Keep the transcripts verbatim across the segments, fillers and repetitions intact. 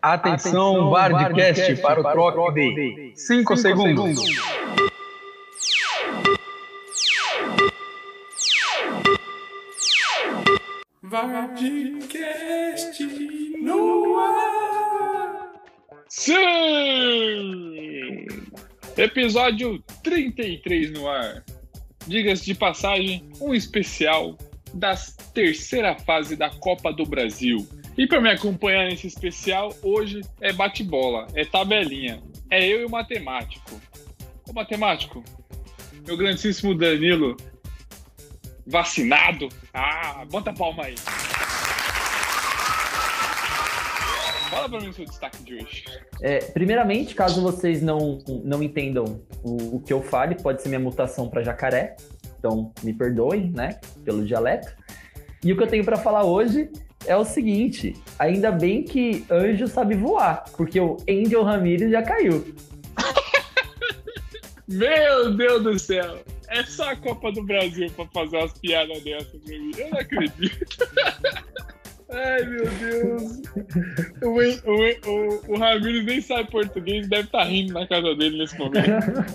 Atenção, Vardcast para o troque de cinco segundos. Vardcast no ar. Sim! Episódio trinta e três no ar. Diga-se de passagem, um especial da terceira fase da Copa do Brasil. E para me acompanhar nesse especial, hoje é bate-bola, é tabelinha. É eu e o matemático. Ô matemático, meu grandíssimo Danilo, vacinado. Ah, bota a palma aí. Fala pra mim o seu destaque de hoje. É, primeiramente, caso vocês não, não entendam o, o que eu fale, pode ser minha mutação para jacaré. Então, me perdoem, né, pelo dialeto. E o que eu tenho para falar hoje é o seguinte: ainda bem que anjo sabe voar, porque o Angel Ramírez já caiu. Meu Deus do céu! É só a Copa do Brasil pra fazer umas piadas dessas pra mim. Eu não acredito. Ai, meu Deus. O, o, o, o Ramírez nem sabe português, deve estar rindo na casa dele nesse momento.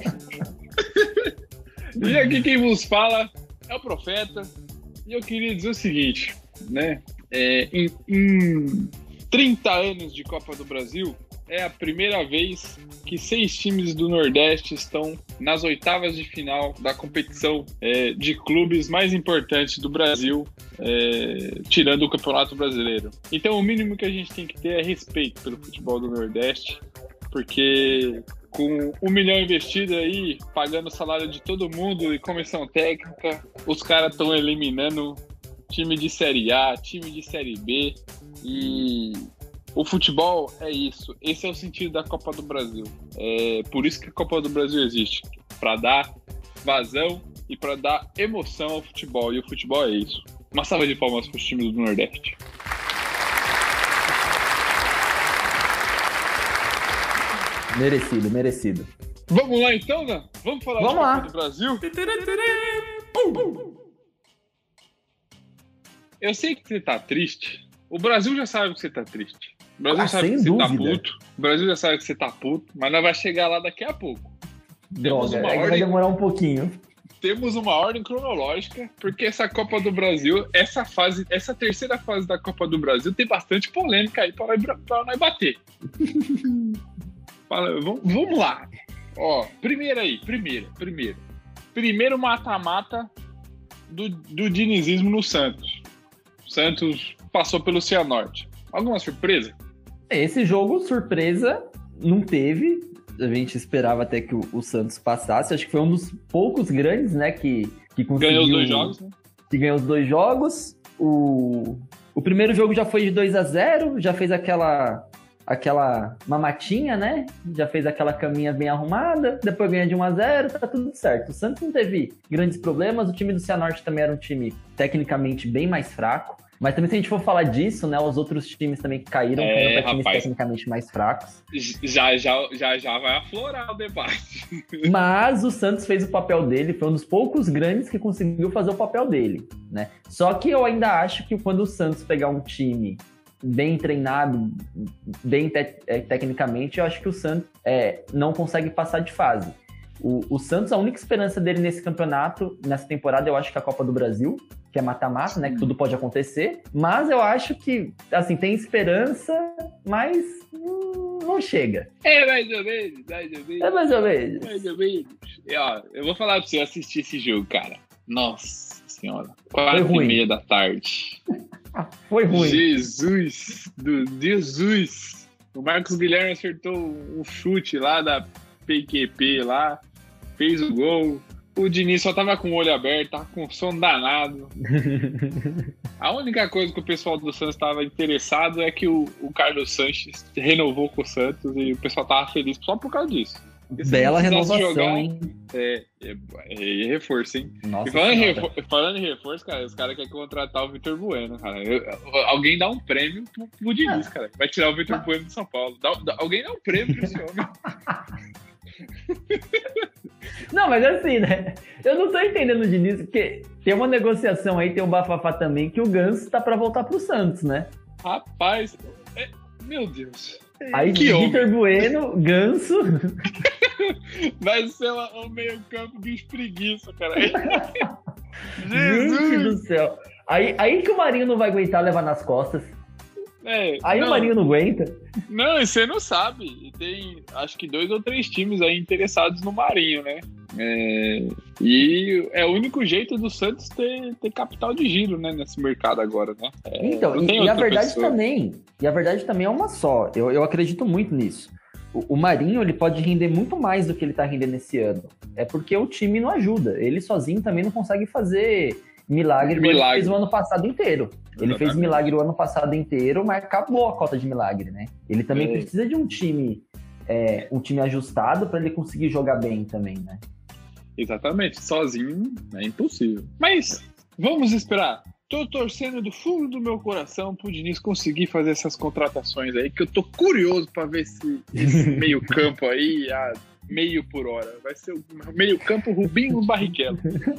E aqui quem vos fala é o Profeta. E eu queria dizer o seguinte, né? É, em, em trinta anos de Copa do Brasil, é a primeira vez que seis times do Nordeste estão nas oitavas de final da competição é, de clubes mais importante do Brasil, é, tirando o Campeonato Brasileiro. Então o mínimo que a gente tem que ter é respeito pelo futebol do Nordeste, porque com um milhão investido aí, pagando o salário de todo mundo e comissão técnica, os caras estão eliminando time de Série A, time de Série B, e o futebol é isso. Esse é o sentido da Copa do Brasil. É por isso que a Copa do Brasil existe, para dar vazão e para dar emoção ao futebol, e o futebol é isso. Uma salva de palmas para os times do Nordeste. Merecido, merecido. Vamos lá então, né? Vamos falar Vamos de Copa lá. do Brasil? Eu sei que você tá triste. O Brasil já sabe que você tá triste. O Brasil Ah, sabe sem que você dúvida. tá puto. O Brasil já sabe que você tá puto. Mas nós vai chegar lá daqui a pouco. Temos Droga, uma aí vai ordem- demorar um pouquinho. Temos uma ordem cronológica, porque essa Copa do Brasil, essa fase, essa terceira fase da Copa do Brasil tem bastante polêmica aí pra nós, pra nós bater. Fala, vamos, vamos lá. Ó, primeiro aí, primeiro, primeiro. Primeiro mata-mata do, do dinizismo no Santos. O Santos passou pelo Cianorte. Alguma surpresa? Esse jogo, surpresa, não teve. A gente esperava até que o, o Santos passasse. Acho que foi um dos poucos grandes, né, que, que conseguiu... Ganhou os dois jogos, né? Que ganhou os dois jogos. O, o primeiro jogo já foi de dois a zero, já fez aquela... aquela mamatinha, né? Já fez aquela caminha bem arrumada, depois ganha de um a zero, tá tudo certo. O Santos não teve grandes problemas, o time do Cianorte também era um time tecnicamente bem mais fraco, mas também se a gente for falar disso, né, os outros times também que caíram, É, caíram pra times rapaz. tecnicamente mais fracos. Já, já, já, já vai aflorar o debate. Mas o Santos fez o papel dele, foi um dos poucos grandes que conseguiu fazer o papel dele, né? Só que eu ainda acho que quando o Santos pegar um time bem treinado, bem te- é, tecnicamente, eu acho que o Santos é, não consegue passar de fase. O, o Santos, a única esperança dele nesse campeonato, nessa temporada, eu acho que é a Copa do Brasil, que é mata-mata, né, que tudo pode acontecer, mas eu acho que, assim, tem esperança, mas hum, não chega. É mais ou menos, mais ou menos. É mais ou menos. Mais ou menos. E, ó, eu vou falar pra você, eu assisti esse jogo, cara. Nossa senhora. Quatro ruim. e meia da tarde. Ah, foi ruim. Jesus do Jesus. O Marcos Guilherme acertou um chute lá da P Q P lá, fez o gol. O Diniz só tava com o olho aberto, tava com sono danado. A única coisa que o pessoal do Santos estava interessado é que o, o Carlos Sanches renovou com o Santos e o pessoal tava feliz só por causa disso. Porque se Bela não precisasse renovação, jogar, hein? É, é, é reforço, hein? Nossa E falando em, Senhora. refor- falando em reforço, cara, os caras querem contratar o Vitor Bueno, cara. Eu- eu- alguém dá um prêmio pro, pro Diniz, cara. Vai tirar o Vitor Bueno de São Paulo. Dá- dá- alguém dá um prêmio pra esse homem. Não, mas assim, né? Eu não tô entendendo o Diniz, porque tem uma negociação aí, tem um bafafá também, que o Ganso tá pra voltar pro Santos, né? Rapaz, é- meu Deus. Aí Que Vitor Bueno, Ganso. Vai ser o meio-campo dos preguiça, cara. Gente do céu. Aí, aí que o Marinho não vai aguentar levar nas costas. É, Aí não, o Marinho não aguenta. Não, e você não sabe. E tem, acho que dois ou três times aí interessados no Marinho, né? É, e é o único jeito do Santos ter, ter capital de giro, né? Nesse mercado agora, né? É, Então, não e, tem e a outra verdade pessoa. também, e a verdade também é uma só. Eu, eu acredito muito nisso. O, o Marinho, ele pode render muito mais do que ele tá rendendo esse ano. É porque o time não ajuda. Ele sozinho também não consegue fazer milagre, igual Milagre. ele fez o ano passado inteiro. Ele Exatamente. fez milagre o ano passado inteiro, mas acabou a cota de milagre, né? Ele também É. precisa de um time, é, um time ajustado para ele conseguir jogar bem também, né? Exatamente, sozinho é impossível. Mas vamos esperar. Tô torcendo do fundo do meu coração pro Diniz conseguir fazer essas contratações aí, que eu tô curioso pra ver se esse meio campo aí, a meio por hora, vai ser o meio campo Rubinho Barrichello.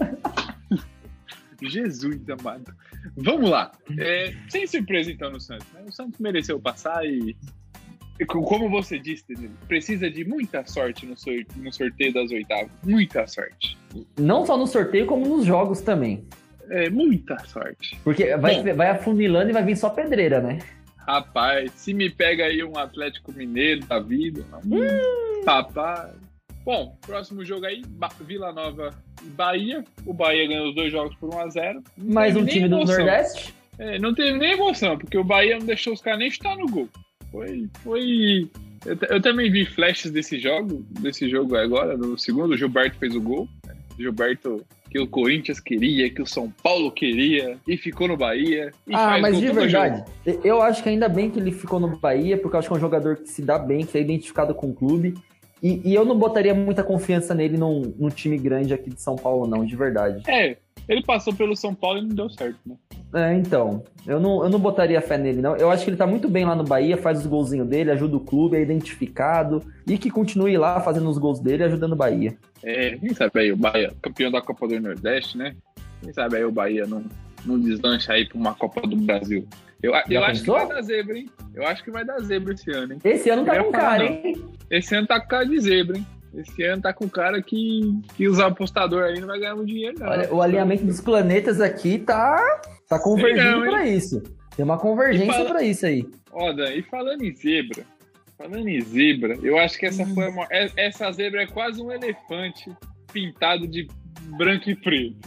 Jesus amado. Vamos lá. É, sem surpresa então no Santos, né? O Santos mereceu passar e, e como você disse, Danilo, precisa de muita sorte no, sor- no sorteio das oitavas. Muita sorte. Não só no sorteio, como nos jogos também. É, muita sorte. Porque vai, Bom. vai afunilando e vai vir só pedreira, né? Rapaz, se me pega aí um Atlético Mineiro da vida, hum, rapaz. Bom, próximo jogo aí, Ba- Vila Nova e Bahia. O Bahia ganhou os dois jogos por um a zero. Não Mais teve um nem time do emoção. Nordeste. É, não teve nem emoção, porque o Bahia não deixou os caras nem chutar no gol. Foi. foi... Eu, t- eu também vi flashes desse jogo, desse jogo agora, no segundo, o Gilberto fez o gol. Né? Gilberto, que o Corinthians queria, que o São Paulo queria, e ficou no Bahia. E Ah, faz mas gol de todo verdade, jogo. eu acho que ainda bem que ele ficou no Bahia, porque eu acho que é um jogador que se dá bem, que é identificado com o clube. E, e eu não botaria muita confiança nele num, num time grande aqui de São Paulo, não, de verdade. É, ele passou pelo São Paulo e não deu certo, né? É, então, eu não, eu não botaria fé nele, não. Eu acho que ele tá muito bem lá no Bahia, faz os golzinhos dele, ajuda o clube, é identificado, e que continue lá fazendo os gols dele, ajudando o Bahia. É, quem sabe aí o Bahia, campeão da Copa do Nordeste, né? Quem sabe aí o Bahia não, não deslancha aí pra uma Copa do Brasil. Eu, a- eu acho que pensou? vai dar zebra, hein? Eu acho que vai dar zebra esse ano, hein? Esse ano tá Eu ia com falar, cara, não. hein? Esse ano tá com cara de zebra, hein? Esse ano tá com cara que, que os apostadores aí não vai ganhar muito dinheiro, não. Olha, o alinhamento dos planetas aqui tá, tá convergindo Sei não, pra isso. Tem uma convergência E fala- pra isso aí. Ó, Dan, e falando em zebra, falando em zebra, eu acho que essa foi a maior, é- essa zebra é quase um elefante pintado de branco e preto.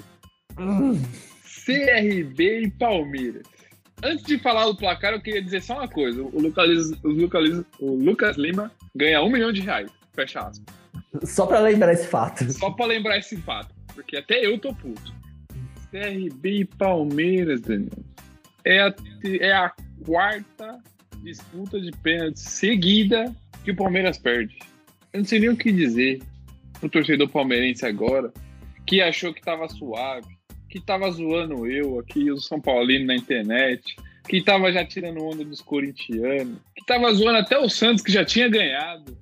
C R B e Palmeiras. Antes de falar do placar, eu queria dizer só uma coisa. O Lucas, o Lucas, o Lucas Lima ganha um milhão de reais. Fecha aspas. Só pra lembrar esse fato. Só pra lembrar esse fato. Porque até eu tô puto. C R B e Palmeiras, Danilo. É a, é a quarta disputa de pênalti seguida que o Palmeiras perde. Eu não sei nem o que dizer pro torcedor palmeirense agora, que achou que tava suave, que tava zoando eu aqui, o São Paulino na internet, que tava já tirando onda dos corintianos, que tava zoando até o Santos, que já tinha ganhado.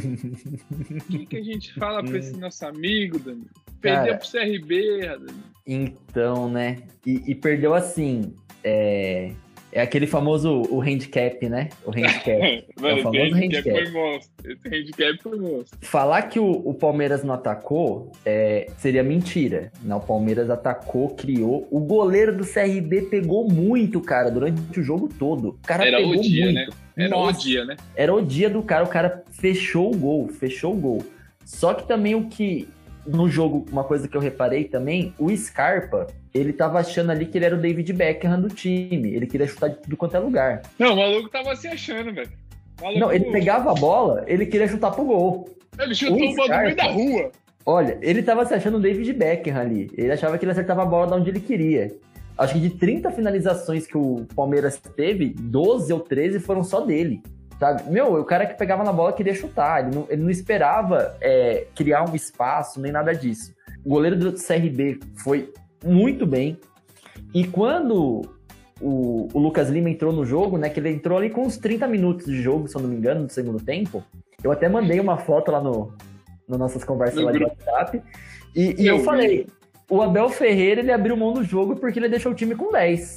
O que, que a gente fala pra esse nosso amigo, Danilo? Perdeu Cara, pro C R B, Danilo. Então, né? E, e perdeu assim. É, é aquele famoso o handicap, né? O handicap. É o Mano, esse famoso handicap handicap. foi monstro. Esse handicap foi monstro. Falar que o, o Palmeiras não atacou é, seria mentira. Não, o Palmeiras atacou, criou. O goleiro do C R B pegou muito, cara, durante o jogo todo. O cara Era pegou o dia, muito. né? Era Nossa, o dia, né? Era o dia do cara, o cara fechou o gol, fechou o gol. Só que também o que, no jogo, uma coisa que eu reparei também, o Scarpa, ele tava achando ali que ele era o David Beckham do time. Ele queria chutar de tudo quanto é lugar. Não, o maluco tava se achando, velho. O maluco- Não, ele pegava a bola, ele queria chutar pro gol. Ele chutou o o bola no meio Scarpa- da rua. Olha, ele tava se achando o David Beckham ali. Ele achava que ele acertava a bola de onde ele queria. Acho que de trinta finalizações que o Palmeiras teve, doze ou treze foram só dele. Sabe? Meu, o cara que pegava na bola queria chutar. Ele não, ele não esperava é, criar um espaço, nem nada disso. O goleiro do C R B foi muito bem. E quando o, o Lucas Lima entrou no jogo, né? Que ele entrou ali com uns trinta minutos de jogo, se eu não me engano, no segundo tempo. Eu até mandei uma foto lá no, no nossas conversas No lá de grupo. WhatsApp. E, e Eu eu vi. falei, o Abel Ferreira, ele abriu mão do jogo porque ele deixou o time com dez.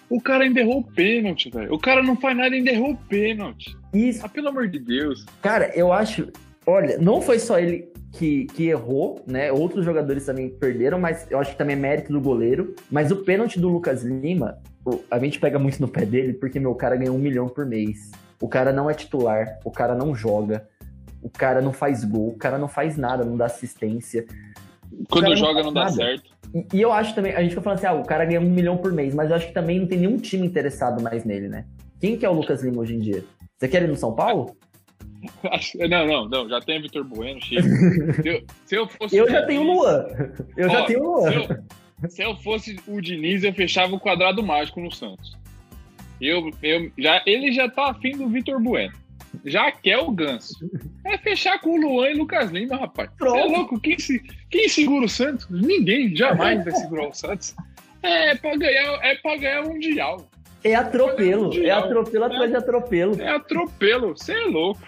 O cara ainda errou o pênalti, velho. O cara não faz nada e ainda errou o pênalti. Isso. Ah, pelo amor de Deus. Cara, eu acho... Olha, não foi só ele que, que errou, né? Outros jogadores também perderam, mas eu acho que também é mérito do goleiro. Mas o pênalti do Lucas Lima, a gente pega muito no pé dele, porque, meu, o cara ganhou um milhão por mês. O cara não é titular, o cara não joga, o cara não faz gol, o cara não faz nada, não dá assistência. Quando joga não dá nada. certo. E, e eu acho também, a gente fica falando assim, ah, o cara ganha um milhão por mês, mas eu acho que também não tem nenhum time interessado mais nele, né? Quem que é o Lucas Lima hoje em dia? Você quer ele no São Paulo? Não, não, não, já tem Vitor Bueno, chega. Se eu, se eu fosse. Eu já tenho o Luan. Eu Ó, já tenho o Luan. Se eu, se eu fosse o Diniz, eu fechava o quadrado mágico no Santos. Eu, eu, já, ele já tá afim do Vitor Bueno. Já quer o Ganso. É fechar com o Luan e Lucas Lima, rapaz. Você é louco? Quem, se, quem segura o Santos? Ninguém jamais vai segurar o Santos. É pra ganhar, é pra ganhar o Mundial. É atropelo. É atropelo é, atrás de atropelo. É atropelo. Você é louco.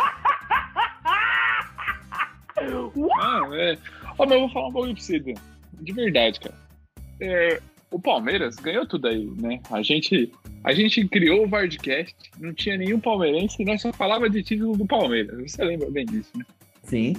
Ah, é. Ó, mas eu vou falar um pouquinho pra você, Dan. De verdade, cara. É, o Palmeiras ganhou tudo aí, né? A gente, a gente criou o Vardcast, não tinha nenhum palmeirense e nós só falava de título do Palmeiras. Você lembra bem disso, né? Sim.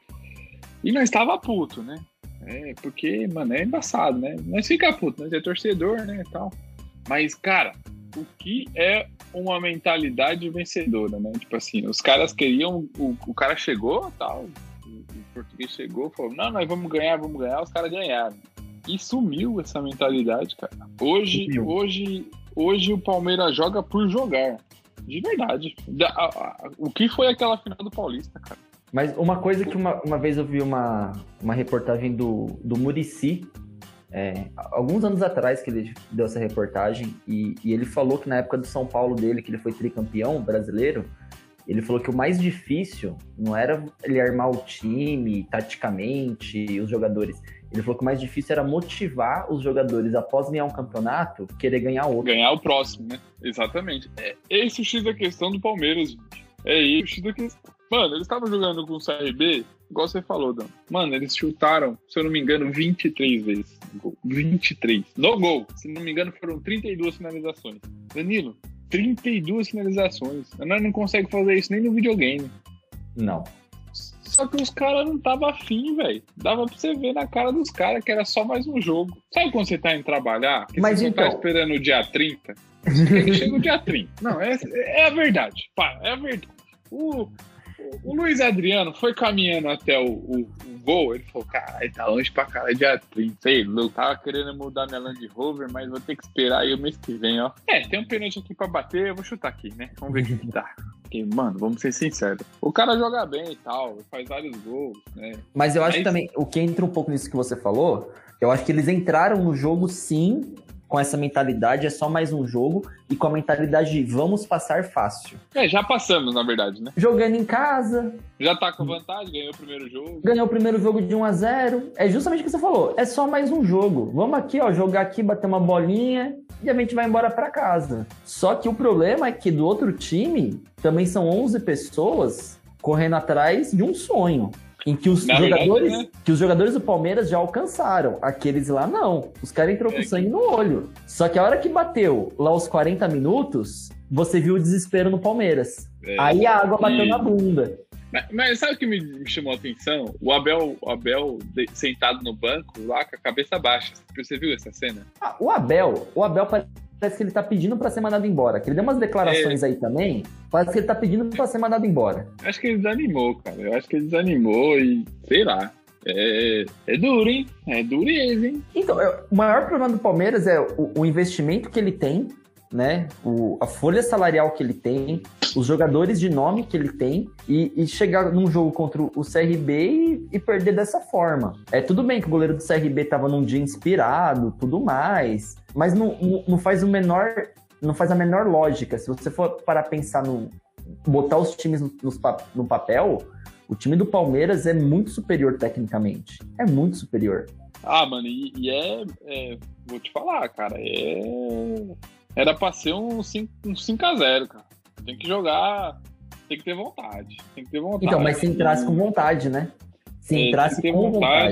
E nós tava puto, né? É, porque, mano, é embaçado, né? Nós fica puto, nós é torcedor, né, e tal. Mas, cara, o que é uma mentalidade vencedora, né? Tipo assim, os caras queriam... O, o cara chegou, tal, o, o português chegou, falou, não, nós vamos ganhar, vamos ganhar, os caras ganharam. E sumiu essa mentalidade, cara. Hoje, hoje, hoje o Palmeiras joga por jogar. De verdade. Da, a, a, o que foi aquela final do Paulista, cara? Mas uma coisa que uma, uma vez eu vi uma, uma reportagem do, do Muricy, é, alguns anos atrás que ele deu essa reportagem, e, e ele falou que na época do São Paulo dele, que ele foi tricampeão brasileiro, ele falou que o mais difícil não era ele armar o time, taticamente, os jogadores. Ele falou que o mais difícil era motivar os jogadores, após ganhar um campeonato, querer ganhar outro. Ganhar o próximo, né? Exatamente. É esse o X da questão do Palmeiras, gente. É esse o X da questão. Mano, eles estavam jogando com o C R B, igual você falou, Dan. Mano, eles chutaram, se eu não me engano, vinte e três vezes. vinte e três. No gol. Se não me engano, foram trinta e duas finalizações. Danilo, trinta e duas finalizações. Nós não conseguimos fazer isso nem no videogame. Não. Só que os caras não estavam afim, velho. Dava pra você ver na cara dos caras que era só mais um jogo. Sabe quando você tá indo trabalhar? Que Mas você então... só tá esperando o dia trinta? Chega o dia trinta. Não, é, é a verdade. Pá, é a verdade. O, o Luiz Adriano foi caminhando até o, o, o gol. Ele falou, caralho, tá longe pra cara, dia trinta. Sei, eu tava querendo mudar minha Land Rover, mas vou ter que esperar aí o mês que vem, ó. É, tem um pênalti aqui pra bater, eu vou chutar aqui, né? Vamos ver o que dá. Porque, mano, vamos ser sinceros. O cara joga bem e tal, faz vários gols, né? Mas eu acho Mas... que também, o que entra um pouco nisso que você falou, eu acho que eles entraram no jogo, sim, com essa mentalidade, é só mais um jogo, e com a mentalidade de vamos passar fácil. É, já passamos, na verdade, né? Jogando em casa. Já tá com vantagem, ganhou o primeiro jogo. Ganhou o primeiro jogo de um a zero. É justamente o que você falou, é só mais um jogo. Vamos aqui, ó, jogar aqui, bater uma bolinha, e a gente vai embora pra casa. Só que o problema é que do outro time, também são onze pessoas correndo atrás de um sonho. Em que os, jogadores, verdade, né? que os jogadores do Palmeiras já alcançaram. Aqueles lá não. Os caras entrou com É sangue no olho. Só que a hora que bateu lá os quarenta minutos, você viu o desespero no Palmeiras. É, Aí a água bateu e... na bunda. Mas, mas sabe o que me, me chamou a atenção? O Abel, o Abel de, sentado no banco, lá com a cabeça baixa. Você viu essa cena? Ah, o Abel, o Abel parece que ele tá pedindo pra ser mandado embora. Que ele deu umas declarações é. aí também. Parece que ele tá pedindo pra ser mandado embora. Acho que ele desanimou, cara. Eu acho que ele desanimou e, sei lá. É, é duro, hein? É dureza, hein? Então, o maior problema do Palmeiras é o, o investimento que ele tem, né? O, a folha salarial que ele tem, os jogadores de nome que ele tem, e, e chegar num jogo contra o C R B e, e perder dessa forma. É tudo bem que o goleiro do C R B tava num dia inspirado, tudo mais, mas não, não, não faz o menor, não faz a menor lógica. Se você for para pensar no botar os times no, no papel, o time do Palmeiras é muito superior tecnicamente. É muito superior. Ah, mano, e, e é, é... Vou te falar, cara, é... Era pra ser um cinco a zero, cara. Tem que jogar... Tem que ter vontade. Tem que ter vontade. Então, mas se entrasse com vontade, né? Se é, entrasse com vontade. vontade.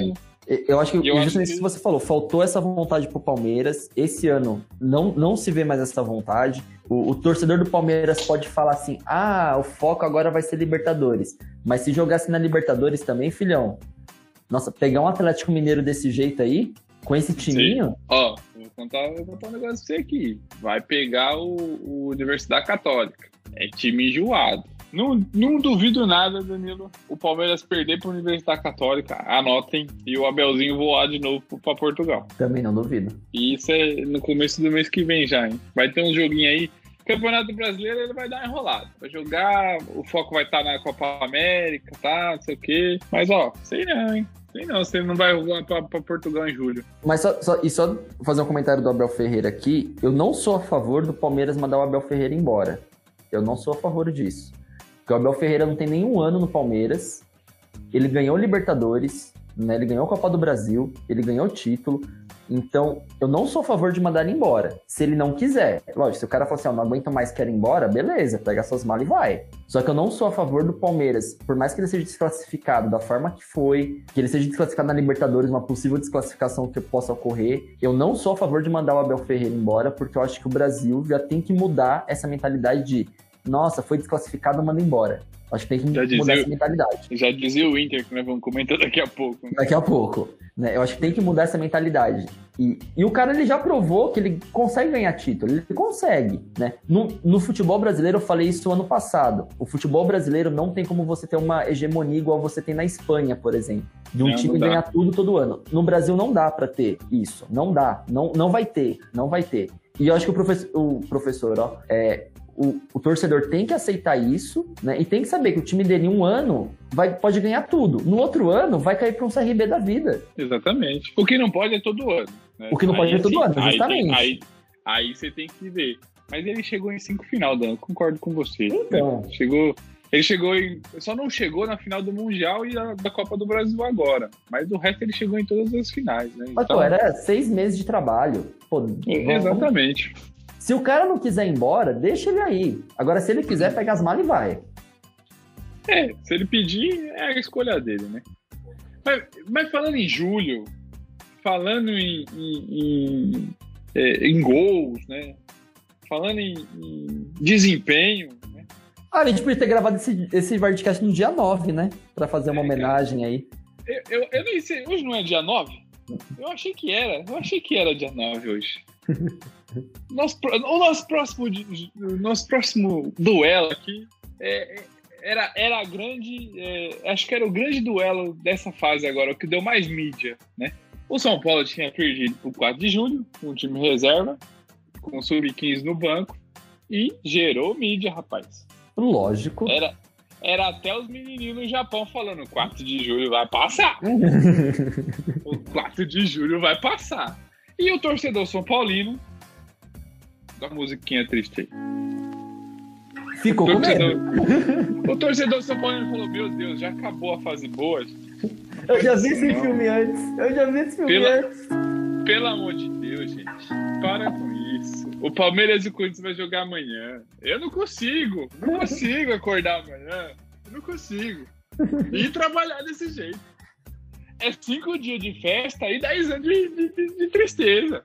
Eu acho que eu justamente acho que... isso que você falou, faltou essa vontade pro Palmeiras. Esse ano não, não se vê mais essa vontade. O, o torcedor do Palmeiras pode falar assim, ah, o foco agora vai ser Libertadores. Mas se jogasse na Libertadores também, filhão, nossa, pegar um Atlético Mineiro desse jeito aí, com esse timinho... Ó, vou contar, vou contar um negócio pra você aqui. Vai pegar o, o Universidade Católica. É time enjoado. Não, não duvido nada, Danilo, o Palmeiras perder para a Universidade Católica, anotem, e o Abelzinho voar de novo para Portugal. Também não duvido. E isso é no começo do mês que vem já, hein? Vai ter um joguinho aí. Campeonato Brasileiro ele vai dar enrolado. Vai jogar, o foco vai estar na Copa América, tá? Não sei o quê. Mas, ó, sei não, hein? Sei não, você não vai voar para Portugal em julho. Mas só, só, e só fazer um comentário do Abel Ferreira aqui, eu não sou a favor do Palmeiras mandar o Abel Ferreira embora. Eu não sou a favor disso. Porque o Abel Ferreira não tem nenhum ano no Palmeiras, ele ganhou Libertadores, né? Ele ganhou a Copa do Brasil, ele ganhou o título, então eu não sou a favor de mandar ele embora, se ele não quiser. Lógico, se o cara falar assim, ó, não aguento mais, quero ir embora, beleza, pega suas malas e vai. Só que eu não sou a favor do Palmeiras, por mais que ele seja desclassificado da forma que foi, que ele seja desclassificado na Libertadores, uma possível desclassificação que possa ocorrer, eu não sou a favor de mandar o Abel Ferreira embora, porque eu acho que o Brasil já tem que mudar essa mentalidade de nossa, foi desclassificado, manda embora. Acho que tem que já mudar dizia, essa mentalidade. Já dizia o Inter, que nós vamos comentar daqui a pouco. Né? Daqui a pouco. Né? Eu acho que tem que mudar essa mentalidade. E, e o cara, ele já provou que ele consegue ganhar título. Ele consegue. Né? No, no futebol brasileiro, eu falei isso ano passado. O futebol brasileiro não tem como você ter uma hegemonia igual você tem na Espanha, por exemplo. De um não, time não ganhar tudo todo ano. No Brasil não dá pra ter isso. Não dá. Não, não vai ter. Não vai ter. E eu acho que o professor, o professor ó, é... O, o torcedor tem que aceitar isso, né? E tem que saber que o time dele em um ano vai, pode ganhar tudo. No outro ano, vai cair para um C R B da vida. Exatamente. O que não pode é todo ano. Né? O que não aí, pode é todo assim, ano, justamente. Aí, aí, aí você tem que ver. Mas ele chegou em cinco final, Dan. Concordo com você. Então. Né? Chegou, ele chegou em... Só não chegou na final do Mundial e da, da Copa do Brasil agora. Mas do resto ele chegou em todas as finais, né? Mas, então... pô, era seis meses de trabalho. Pô, exatamente. Vamos... Se o cara não quiser ir embora, deixa ele aí. Agora, se ele quiser, pega as malas e vai. É, se ele pedir, é a escolha dele, né? Mas, mas falando em julho, falando em, em, em, é, em gols, né? Falando em, em desempenho, né? Ah, a gente podia ter gravado esse, esse Vardcast no dia nove, né? Pra fazer uma é, homenagem aí. Eu, eu, eu nem sei, hoje não é dia nove? Eu achei que era, eu achei que era dia nove hoje. Nosso, o nosso próximo, nosso próximo duelo aqui é, era, era a grande. É, acho que era o grande duelo dessa fase agora, o que deu mais mídia, né? O São Paulo tinha perdido pro quatro de julho, com um time reserva, com o sub quinze no banco, e gerou mídia, rapaz. Lógico. Era, era até os menininhos no Japão falando: quatro de julho vai passar. O quatro de julho vai passar. E o torcedor São Paulino. Dá uma musiquinha triste aí. Ficou o com torcedor, medo. O torcedor São Paulino falou: meu Deus, já acabou a fase boa. Eu já vi esse filme antes. Eu já vi esse filme Pela, antes. Pelo amor de Deus, gente. Para com isso. O Palmeiras e o Corinthians vai jogar amanhã. Eu não consigo. Não consigo acordar amanhã. Eu não consigo. E trabalhar desse jeito. É cinco dias de festa e dez anos de, de, de tristeza.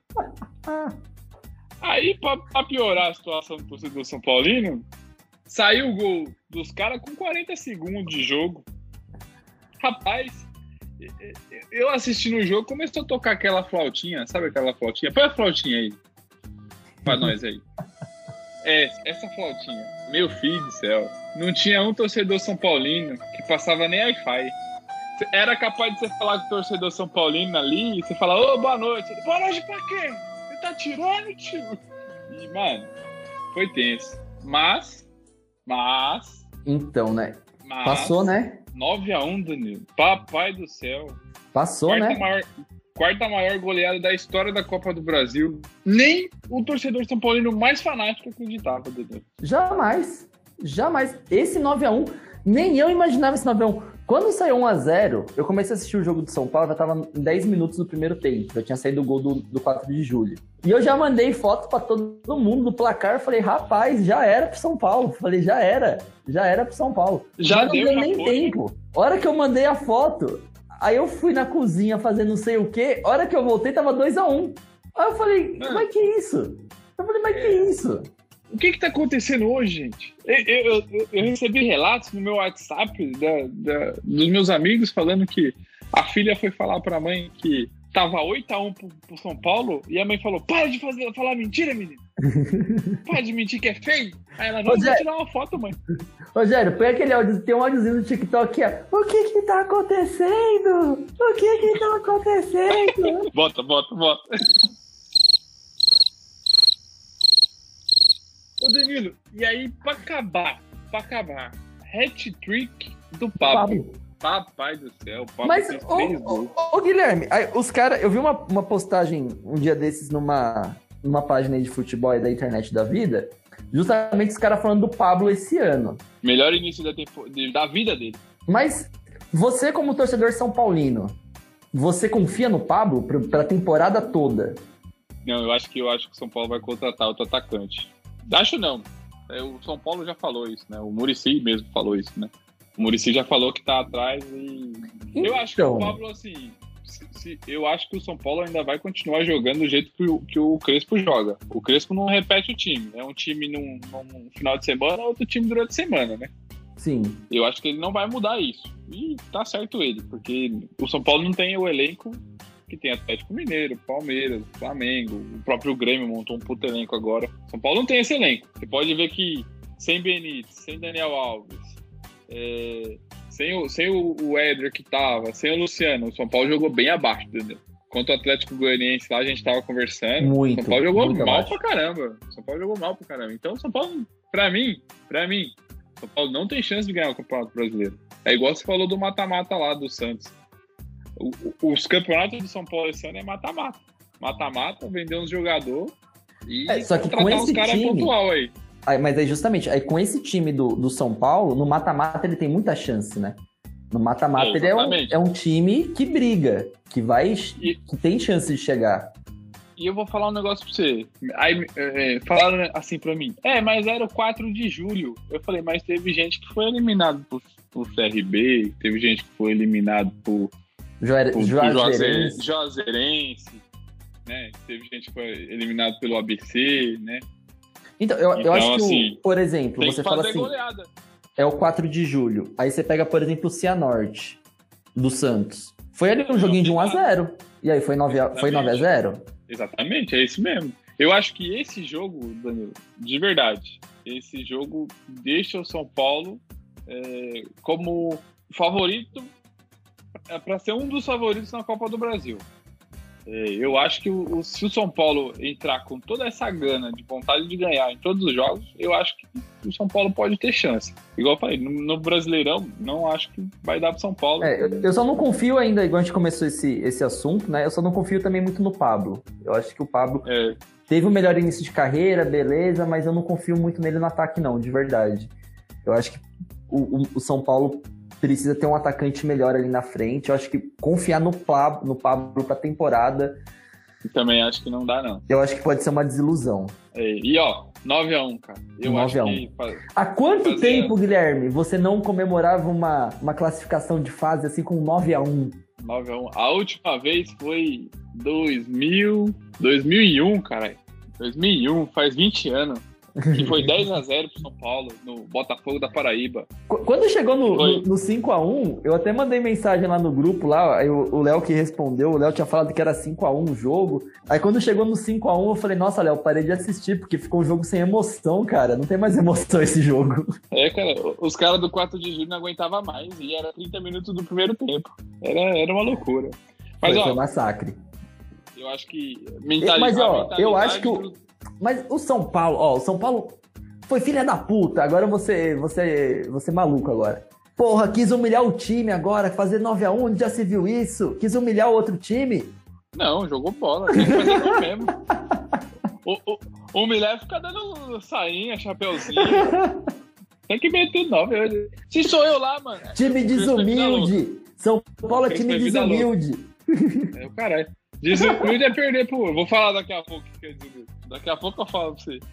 Aí, pra, pra piorar a situação do torcedor São Paulino, saiu o gol dos caras com quarenta segundos de jogo. Rapaz, eu assistindo o jogo, começou a tocar aquela flautinha, sabe aquela flautinha? Põe a flautinha aí, pra nós aí. É, essa flautinha, meu filho do céu, não tinha um torcedor São Paulino que passava nem Wi-Fi. Era capaz de você falar com o torcedor São Paulino ali, e você falar: ô, boa noite. Ele, boa noite pra quê? Você tá tirando, tio? E, mano, foi tenso. Mas, mas... Então, né? Mas, passou, né? nove a um, Danilo. Papai do céu. Passou, quarta né? Maior, quarta maior goleada da história da Copa do Brasil. Nem o torcedor São Paulino mais fanático acreditava, Danilo. Jamais. Jamais. Esse nove a um, nem eu imaginava esse nove a um. Quando saiu um a zero, eu comecei a assistir o jogo do São Paulo, já tava em dez minutos do primeiro tempo. Já tinha saído o gol do, do quatro de julho. E eu já mandei foto pra todo mundo do placar. Falei: rapaz, já era pro São Paulo. Falei: já era. Já era pro São Paulo. Já não deu, deu já nem foi. tempo. A hora que eu mandei a foto, Aí eu fui na cozinha fazer não sei o quê. A hora que eu voltei, tava dois a um. Aí eu falei, Mano, mas que isso? Eu falei, mas que isso? O que que tá acontecendo hoje, gente? Eu, eu, eu, eu recebi relatos no meu WhatsApp da, da, dos meus amigos falando que a filha foi falar pra mãe que tava oito a um pro, pro São Paulo e a mãe falou, para de fazer, falar mentira, menino. Para de mentir que é feio. Aí ela, vamos tirar uma foto, mãe. Rogério, põe aquele áudio, tem um áudiozinho no TikTok aqui, ó. O que que tá acontecendo? O que que tá acontecendo? Bota, bota, bota. Ô Danilo, e aí pra acabar, pra acabar, hat-trick do Pablo. Pablo. Papai do céu, o Pablo Mas, fez ô, três ô, gols. ô, ô, Guilherme, aí, os caras, eu vi uma, uma postagem um dia desses numa, numa página aí de futebol aí da internet da vida, justamente os caras falando do Pablo esse ano. Melhor início da, tempo, de- da vida dele. Mas você, como torcedor são paulino, você confia no Pablo pra, pra temporada toda? Não, eu acho que eu acho que o São Paulo vai contratar outro atacante. Acho não. É, o São Paulo já falou isso, né? O Muricy mesmo falou isso, né? O Muricy já falou que tá atrás e... Eu acho que o Então. Pablo, assim... se- se- eu acho que o São Paulo ainda vai continuar jogando do jeito que o, que o Crespo joga. O Crespo não repete o time. É um time num, num final de semana, outro time durante a semana, né? Sim. Eu acho que ele não vai mudar isso. E tá certo ele, porque o São Paulo não tem o elenco que tem Atlético Mineiro, Palmeiras, Flamengo, o próprio Grêmio montou um puto elenco agora. São Paulo não tem esse elenco. Você pode ver que sem Benítez, sem Daniel Alves, é, sem, o, sem o, o Éder que tava, sem o Luciano, o São Paulo jogou bem abaixo, entendeu? Quanto o Atlético Goianiense lá, a gente tava conversando. Muito, o São Paulo jogou muito mal abaixo. pra caramba. O São Paulo jogou mal pra caramba. Então, o São Paulo, pra mim, pra mim, o São Paulo não tem chance de ganhar o Campeonato Brasileiro. É igual você falou do mata-mata lá do Santos. O- o- os campeonatos do São Paulo esse ano é mata-mata. Mata-mata, vender uns jogadores e É, só que com contratar esse uns caras time- pontual aí. Aí, mas aí, justamente, aí com esse time do, do São Paulo, no mata-mata ele tem muita chance, né? No mata-mata É, ele é um, exatamente. é um time que briga, que vai, E- que tem chance de chegar. E eu vou falar um negócio pra você. Aí é, falaram assim pra mim, é, mas era o quatro de julho. Eu falei, mas teve gente que foi eliminado por, por C R B, teve gente que foi eliminado por, Juare- por, por Juazeirense. Juaze- Juazeirense, né? Teve gente que foi eliminado pelo A B C, né? Então, eu, eu Então, acho que, assim, o, por exemplo, Tem você que fala fazer assim, goleada. é o quatro de julho. Aí você pega, por exemplo, o Cianorte, do Santos. Foi ali um joguinho de um a zero. E aí, foi nove a, foi nove a zero? Exatamente, é isso mesmo. Eu acho que esse jogo, Danilo, de verdade, esse jogo deixa o São Paulo é, como favorito para ser um dos favoritos na Copa do Brasil. É, eu acho que o, o- se o São Paulo entrar com toda essa gana de vontade de ganhar em todos os jogos, eu acho que o São Paulo pode ter chance. Igual eu falei, no, no Brasileirão, não acho que vai dar pro São Paulo. É, eu, eu só não confio ainda, igual a gente começou esse, esse assunto, né? Eu só não confio também muito no Pablo. Eu acho que o Pablo É, teve o melhor início de carreira, beleza, mas eu não confio muito nele no ataque, não, de verdade. Eu acho que o, o- o São Paulo precisa ter um atacante melhor ali na frente. Eu acho que confiar no Pablo, no Pablo pra temporada, também acho que não dá, não. eu acho que pode ser uma desilusão. É, e ó, nove a um, cara. Eu nove a um. acho que fa- Há quanto Fazia- tempo, Guilherme, você não comemorava uma, uma classificação de fase assim com nove a um? nove a um. A última vez foi dois mil, dois mil e um, cara. dois mil e um, faz vinte anos. E foi dez a zero pro São Paulo, no Botafogo da Paraíba. Qu- Quando chegou no, Foi. no, no cinco a um, eu até mandei mensagem lá no grupo, lá, aí o o Léo que respondeu, o Léo tinha falado que era cinco a um o jogo. Aí quando chegou no cinco a um, eu falei, nossa, Léo, parei de assistir, porque ficou um jogo sem emoção, cara. Não tem mais emoção esse jogo. É, cara, os caras do quatro de julho não aguentavam mais. E era trinta minutos do primeiro tempo. Era, era uma loucura. Mas, foi, ó, foi massacre. eu acho que mentalidade. Mas, ó, mentalidade eu acho que o- do- Mas o São Paulo, ó, o São Paulo foi filha da puta. Agora você, você, você é maluco agora. Porra, quis humilhar o time agora, fazer nove a um, onde já se viu isso? Quis humilhar o outro time? Não, jogou bola. Tem que fazer gol mesmo. O, o, o Milé fica dando sainha, chapeuzinho. Tem que meter nove. hoje. Se sou eu lá, mano. Time o Crespo é vida desumilde. São Paulo é Crespo time é vida desumilde. louca. É o caralho. Desumilde é perder pro. Eu vou falar daqui a pouco o que é desumilde. Daqui a pouco eu falo pra você.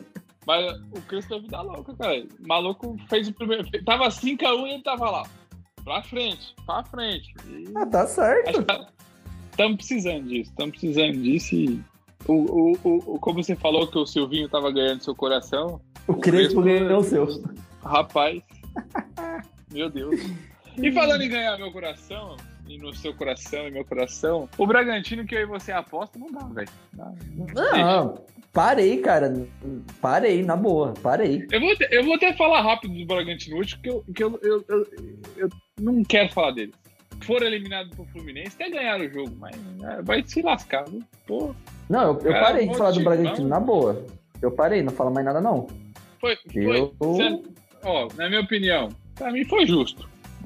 Mas o Crespo é vida louca, cara. O maluco fez o primeiro. Tava cinco a um e ele tava lá. Pra frente, pra frente. E Ah, tá certo. estamos precisando disso, estamos precisando disso e o, o, o, o- como você falou que o Silvinho tava ganhando seu coração, O Crespo ganhou o seu. rapaz, meu Deus. E falando em ganhar meu coração, e no seu coração e meu coração, o Bragantino que eu e você aposta não dá, velho. Não, não deixa. Não, parei, cara. Parei, na boa, parei. Eu vou, até, eu vou até falar rápido do Bragantino hoje, porque eu, que eu, eu, eu, eu não quero falar deles. Foram eliminados pro Fluminense, até ganharam o jogo, mas é, vai se lascar, viu? Pô, Não, eu, eu Cara, parei de bom falar do time, Bragantino, não. na boa. Eu parei, não falo mais nada, não. foi, foi Eu- certo? Ó, na minha opinião, pra mim foi justo.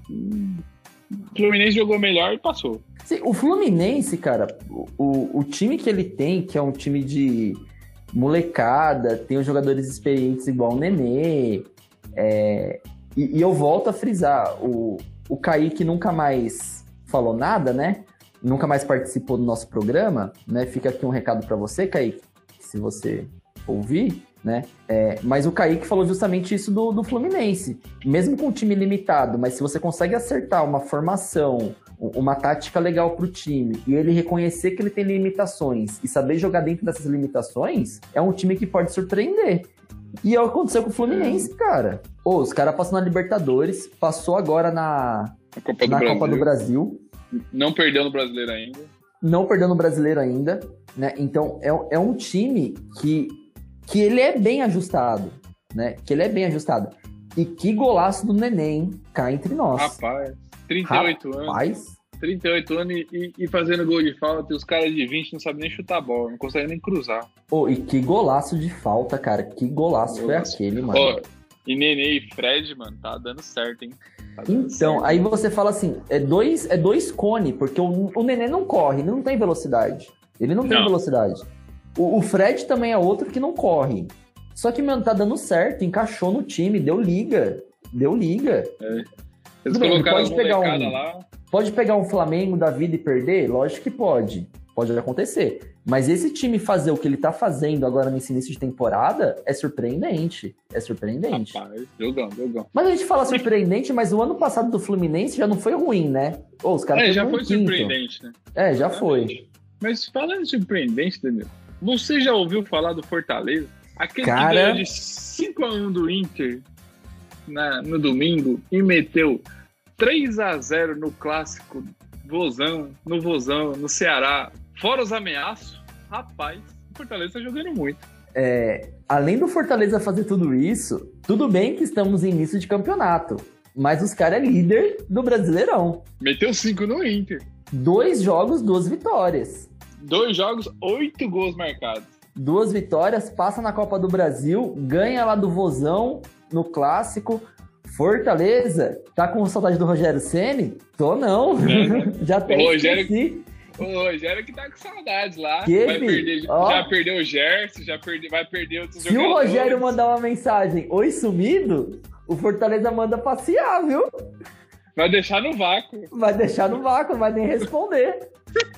O Fluminense jogou melhor e passou. Sim, o Fluminense, cara, o, o, o time que ele tem, que é um time de molecada, tem os jogadores experientes igual o Nenê, é, e, e eu volto a frisar, o, o Kaique nunca mais falou nada, né? Nunca mais participou do nosso programa, né? Fica aqui um recado pra você, Kaique, se você ouvir, né? É, mas o Kaique falou justamente isso do, do Fluminense. Mesmo com o time limitado, mas se você consegue acertar uma formação, uma tática legal pro time, e ele reconhecer que ele tem limitações e saber jogar dentro dessas limitações, é um time que pode surpreender. E é o que aconteceu com o Fluminense, cara. Ô, os caras passam na Libertadores, passou agora na, A Copa do, na Brasil, Copa do Brasil, não perdeu no Brasileiro ainda. não perdeu no Brasileiro ainda, né? Então é, é um time que, que ele é bem ajustado, né? Que ele é bem ajustado. E que golaço do Neném, cá entre nós. Rapaz, trinta e oito anos. Rapaz, trinta e oito anos e, e- e fazendo gol de falta, e os caras de vinte não sabem nem chutar a bola, não conseguem nem cruzar. oh, e que golaço de falta, cara. Que golaço foi Golaço. aquele, mano. Ó, e Nenê e Fred, mano, tá dando certo, hein? Tá dando Então, certo. aí você fala assim, é dois, é dois cone, porque o, o Nenê não corre, ele não tem velocidade. Ele não tem Não. velocidade. O, o Fred também é outro que não corre. Só que, mano, tá dando certo, encaixou no time, deu liga. Deu liga. Eles tudo bem, colocaram pode a pegar molecada um- lá. Pode pegar um Flamengo da vida e perder? Lógico que pode. Pode acontecer. Mas esse time fazer o que ele tá fazendo agora nesse início de temporada é surpreendente. É surpreendente. Rapaz, jogão, jogão. Mas a gente fala surpreendente, mas o ano passado do Fluminense já não foi ruim, né? Ô, os caras É, já terminam foi em quinto. surpreendente, né? É, já foi. Exatamente. Mas falando de surpreendente, Daniel, você já ouviu falar do Fortaleza? Aquele Cara- que ganhou de cinco a um do Inter na- no domingo e meteu três a zero no clássico Vozão, no Vozão, no Ceará, fora os ameaços. Rapaz, o Fortaleza tá jogando muito. É, além do Fortaleza fazer tudo isso, tudo bem que estamos em início de campeonato. Mas os caras é líder do Brasileirão. Meteu cinco no Inter. Dois jogos, duas vitórias. Dois jogos, oito gols marcados. Duas vitórias, passa na Copa do Brasil, ganha lá do Vozão no Clássico. Fortaleza, tá com saudade do Rogério Ceni? Tô não. Já até O Rogério- esqueci. O Rogério que tá com saudades lá. Que, vai filho? perder, Ó. já perdeu o Gerson, já perde, vai perder outros Se o jogadores. Rogério mandar uma mensagem, oi sumido, o Fortaleza manda passear, viu? Vai deixar no vácuo. Vai deixar no vácuo, não vai nem responder.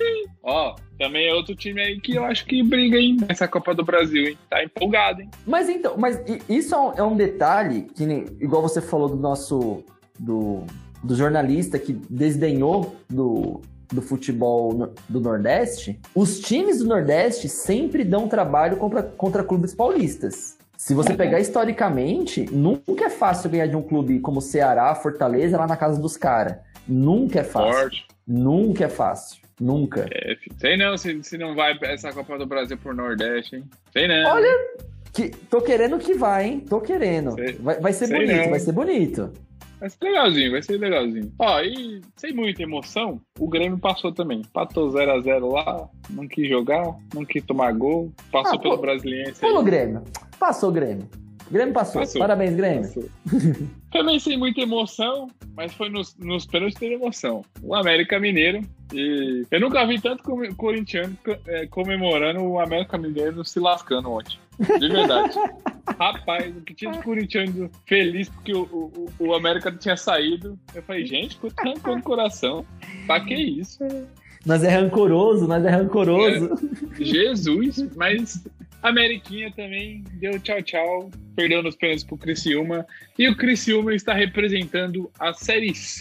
Ó, também é outro time aí que eu acho que briga, hein, nessa Copa do Brasil, hein? Tá empolgado, hein? Mas então, mas i- isso é um, é um detalhe que, nem- igual você falou do nosso, do, do jornalista que desdenhou do, do futebol no- do Nordeste, os times do Nordeste sempre dão trabalho contra, contra clubes paulistas. Se você pegar historicamente, nunca é fácil ganhar de um clube como Ceará, Fortaleza, lá na casa dos caras. Nunca é fácil. Forte. Nunca é fácil. Nunca. É, fi- sei não se, se não vai essa Copa do Brasil pro Nordeste, hein? Sei não. Olha, que, tô querendo que vai, hein? Tô querendo. Sei- Vai, vai ser sei bonito, não. vai ser bonito. Vai ser legalzinho, vai ser legalzinho. Ó, e sem muita emoção, o Grêmio passou também. Empatou zero a zero lá, não quis jogar, não quis tomar gol, passou Ah, pelo pô, Brasiliense Pô no aí. Grêmio. Passou o Grêmio. O Grêmio passou. Passou. Parabéns, Grêmio. Passou. Também sem muita emoção, mas foi nos, nos pênaltis teve emoção. O América Mineiro. E eu nunca vi tanto come- corintiano co- é, comemorando o América Mineiro se lascando ontem. De verdade. Rapaz, o que tinha de corintiano feliz porque o, o, o América tinha saído. Eu falei, gente, quanto rancor no coração. Pra que isso? Nós é rancoroso, nós é rancoroso. Jesus, mas a Ameriquinha também deu tchau, tchau. Perdeu nos pênaltis pro Criciúma. E o Criciúma está representando a Série C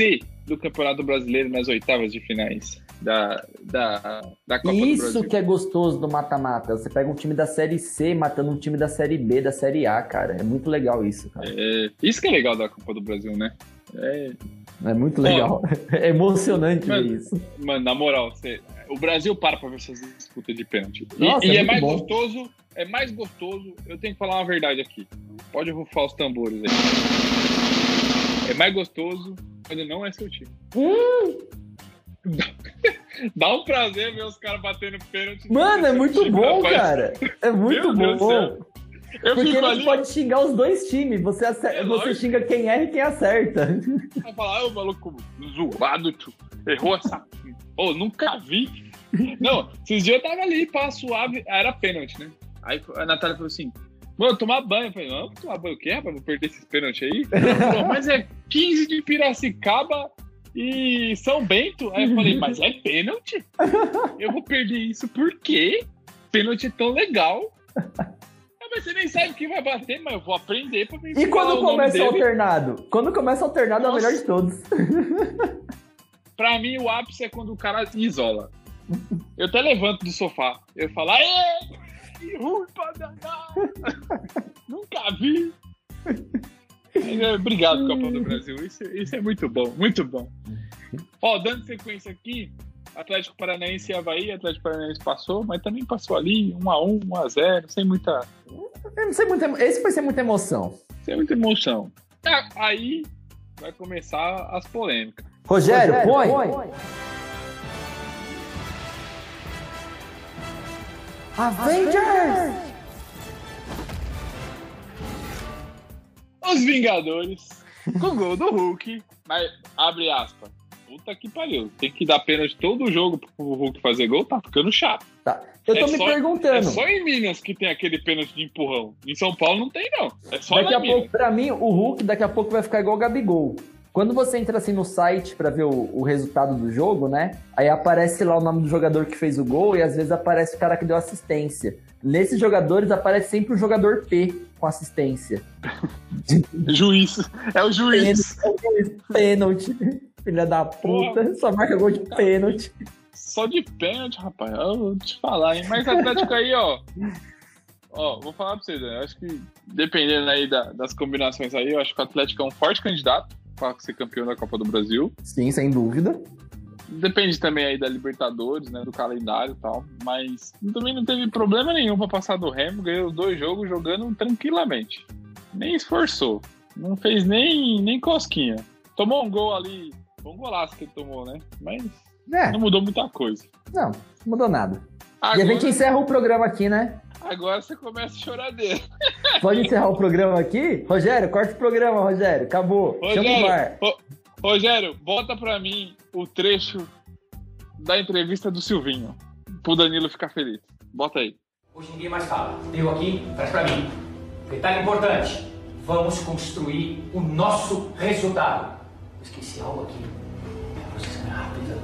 do Campeonato Brasileiro nas oitavas de finais da, da, da Copa do Isso Brasil. que é gostoso do mata-mata. Você pega um time da Série C matando um time da Série B, da Série A, cara. É muito legal isso, cara. É, isso que é legal da Copa do Brasil, né? É, É muito legal. É emocionante mano, ver isso. Mano, na moral, você, o Brasil para pra ver essas disputas de pênalti. E, Nossa, e é é, muito mais bom. gostoso, é mais gostoso, eu tenho que falar uma verdade aqui. Pode rufar os tambores aí. É mais gostoso quando não é seu time. Hum, Dá um prazer ver os caras batendo pênalti. mano, é muito Time, bom, rapaz. cara. É muito Meu Deus do bom. céu. Eu Porque fico ele ali, pode xingar os dois times. Você, acer- É você lógico. xinga quem erra e quem acerta. vai falar, ah, o maluco zoado, tio. Errou essa. Pô, nunca vi. Não, esses dias eu tava ali, pá, suave, era pênalti, né? Aí a Natália falou assim: mano, tomar banho. Eu falei: não, tomar banho o quê, rapaz? Vou perder esses pênaltis aí? Ela falou: mas é quinze de Piracicaba e São Bento. Aí eu falei: mas é pênalti? Eu vou perder isso por quê? Pênalti é tão legal. Ah, mas você nem sabe quem vai bater, mas eu vou aprender pra ver E quando começa o alternado? Quando começa o alternado é o Nossa. melhor de todos. Pra mim, o ápice é quando o cara isola. Eu até levanto do sofá. Eu falo: aê! Que ruim pra danar! Nunca vi! Mas, é, obrigado, Copa do Brasil. Isso, isso é muito bom, muito bom. Ó, dando sequência aqui, Atlético Paranaense e Avaí. Atlético Paranaense passou, mas também passou ali, um a um, um a zero, sem muita, Eu não sei muita, esse foi sem muita emoção. sem muita emoção. Ah, aí vai começar as polêmicas. Rogério, põe. Avengers! Os Vingadores, com o gol do Hulk, mas abre aspas. Puta que pariu. Tem que dar pênalti todo jogo pro Hulk fazer gol, tá ficando chato. Tá. Eu tô É me só- perguntando. É só em Minas que tem aquele pênalti de empurrão. Em São Paulo não tem, não. É só Daqui lá a em Minas. pouco, pra mim, o Hulk daqui a pouco vai ficar igual o Gabigol. Quando você entra assim no site pra ver o, o resultado do jogo, né? Aí aparece lá o nome do jogador que fez o gol e às vezes aparece o cara que deu assistência. Nesses jogadores aparece sempre o jogador P com assistência. Juiz. É o juiz. Pênalti. Filha da puta. Só marca gol de pênalti. Só de pênalti, rapaz. Eu vou te falar, hein? Mas Atlético aí, ó. Ó, vou falar pra vocês, né? Eu acho que dependendo aí da- das combinações aí, eu acho que o Atlético é um forte candidato para ser campeão da Copa do Brasil. Sim, sem dúvida. Depende também aí da Libertadores, né? Do calendário e tal. Mas também não teve problema nenhum pra passar do Remo. Ganhou os dois jogos jogando tranquilamente. Nem esforçou. Não fez nem, nem cosquinha. Tomou um gol ali. Foi um golaço que ele tomou, né? Mas É, não mudou muita coisa. não, não mudou nada. E a Agora, gente encerra o programa aqui, né? agora você começa a choradeira. Pode encerrar o programa aqui? Rogério, corta o programa, Rogério. Acabou. Chama o bar. Rogério, Ro- Rogério, bota pra mim o trecho da entrevista do Silvinho. Pro Danilo ficar feliz. Bota aí. Hoje ninguém mais fala. Eu aqui, traz pra mim. Detalhe importante. Vamos construir o nosso resultado. Eu esqueci algo aqui. É processão rápida.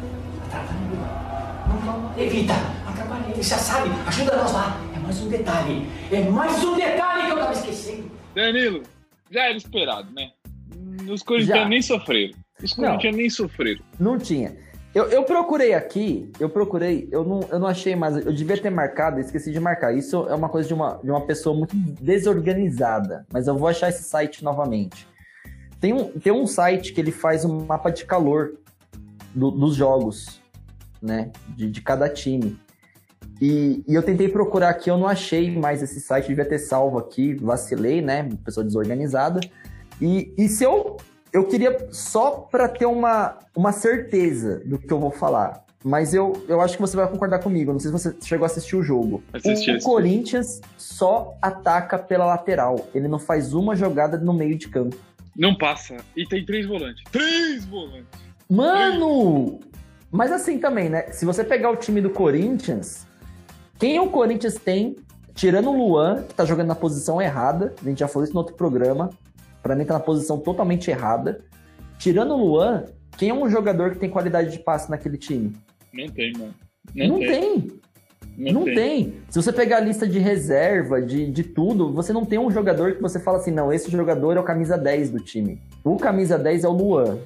Atrapalha. Não, não, evita. Atrapalha. Ele já sabe. Ajuda nós lá. É mais um detalhe. É mais um detalhe que eu tava esquecendo. Danilo, já era esperado, né? Os Já. corintianos nem sofreram. Os Não. corintianos nem sofreram. Não tinha. Eu, eu procurei aqui, eu procurei, eu não, eu não achei mais, eu devia ter marcado, esqueci de marcar. Isso é uma coisa de uma, de uma pessoa muito desorganizada, mas eu vou achar esse site novamente. Tem um, tem um site que ele faz um mapa de calor do- dos jogos, né, de, de cada time. E, e eu tentei procurar aqui, eu não achei mais esse site, devia ter salvo aqui, vacilei, né, pessoa desorganizada. E, e se eu... Eu queria só para ter uma, uma certeza do que eu vou falar. Mas eu, eu acho que você vai concordar comigo. Não sei se você chegou a assistir o jogo. Assisti, o, assisti. o Corinthians só ataca pela lateral. Ele não faz uma jogada no meio de campo. Não passa. E tem três volantes. Três volantes. Mano! Mas assim também, né? Se você pegar o time do Corinthians, quem o Corinthians tem, tirando o Luan, que tá jogando na posição errada, a gente já falou isso no outro programa, pra mim tá na posição totalmente errada. Tirando o Luan, quem é um jogador que tem qualidade de passe naquele time? Não tem, mano. Não, Não, tem. tem. Não, Não tem. tem. Se você pegar a lista de reserva, de, de tudo, você não tem um jogador que você fala assim, não, esse jogador é o camisa dez do time. O camisa dez é o Luan.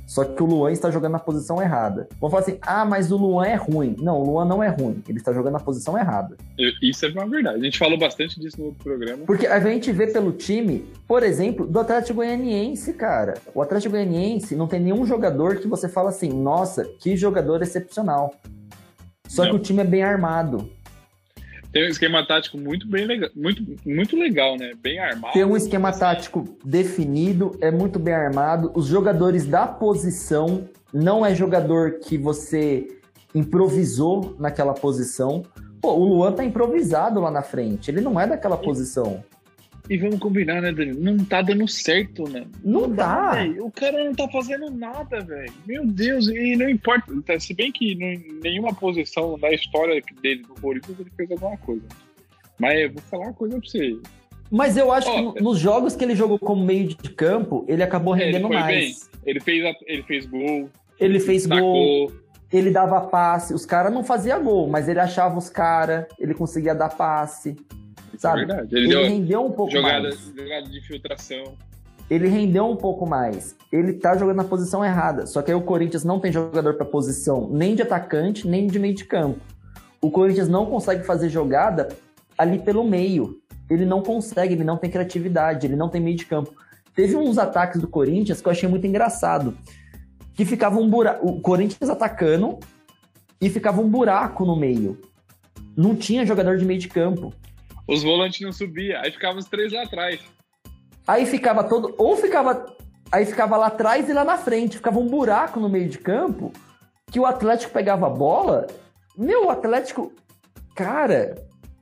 Só que o Luan está jogando na posição errada. Vão falar assim, ah, mas o Luan é ruim. Não, o Luan não é ruim. Ele está jogando na posição errada. Isso é uma verdade. A gente falou bastante disso no outro programa. Porque a gente vê pelo time, por exemplo, do Atlético Goianiense, cara. O Atlético Goianiense não tem nenhum jogador que você fala assim, nossa, que jogador excepcional. Só não. Que o time é bem armado. Tem um esquema tático muito bem legal, muito, muito legal, né? Bem armado. Tem um esquema tático definido, é muito bem armado. Os jogadores da posição, não é jogador que você improvisou naquela posição. Pô, o Luan tá improvisado lá na frente, ele não é daquela posição. E vamos combinar, né, Danilo? Não tá dando certo, né? Não, não dá. Véio. O cara não tá fazendo nada, velho. Meu Deus, e não importa. Se bem que em nenhuma posição na história dele do Corinthians ele fez alguma coisa. Mas eu vou falar uma coisa pra você. Mas eu acho oh, que nos jogos que ele jogou como meio de campo, ele acabou rendendo ele mais. Bem. Ele fez, ele fez gol. Ele fez destacou. gol. Ele dava passe. Os caras não faziam gol, mas ele achava os caras. Ele conseguia dar passe. Sabe? É verdade. Ele, ele deu rendeu um pouco jogada, mais. Jogada de infiltração. Ele rendeu um pouco mais. Ele tá jogando na posição errada. Só que aí o Corinthians não tem jogador pra posição nem de atacante, nem de meio de campo. O Corinthians não consegue fazer jogada ali pelo meio. Ele não consegue, ele não tem criatividade, ele não tem meio de campo. Teve uns ataques do Corinthians que eu achei muito engraçado. Que ficava um buraco. O Corinthians atacando e ficava um buraco no meio. Não tinha jogador de meio de campo. Os volantes não subiam, aí ficavam os três lá atrás. Aí ficava todo... Ou ficava... Aí ficava lá atrás e lá na frente. Ficava um buraco no meio de campo que o Atlético pegava a bola. Meu, o Atlético... Cara...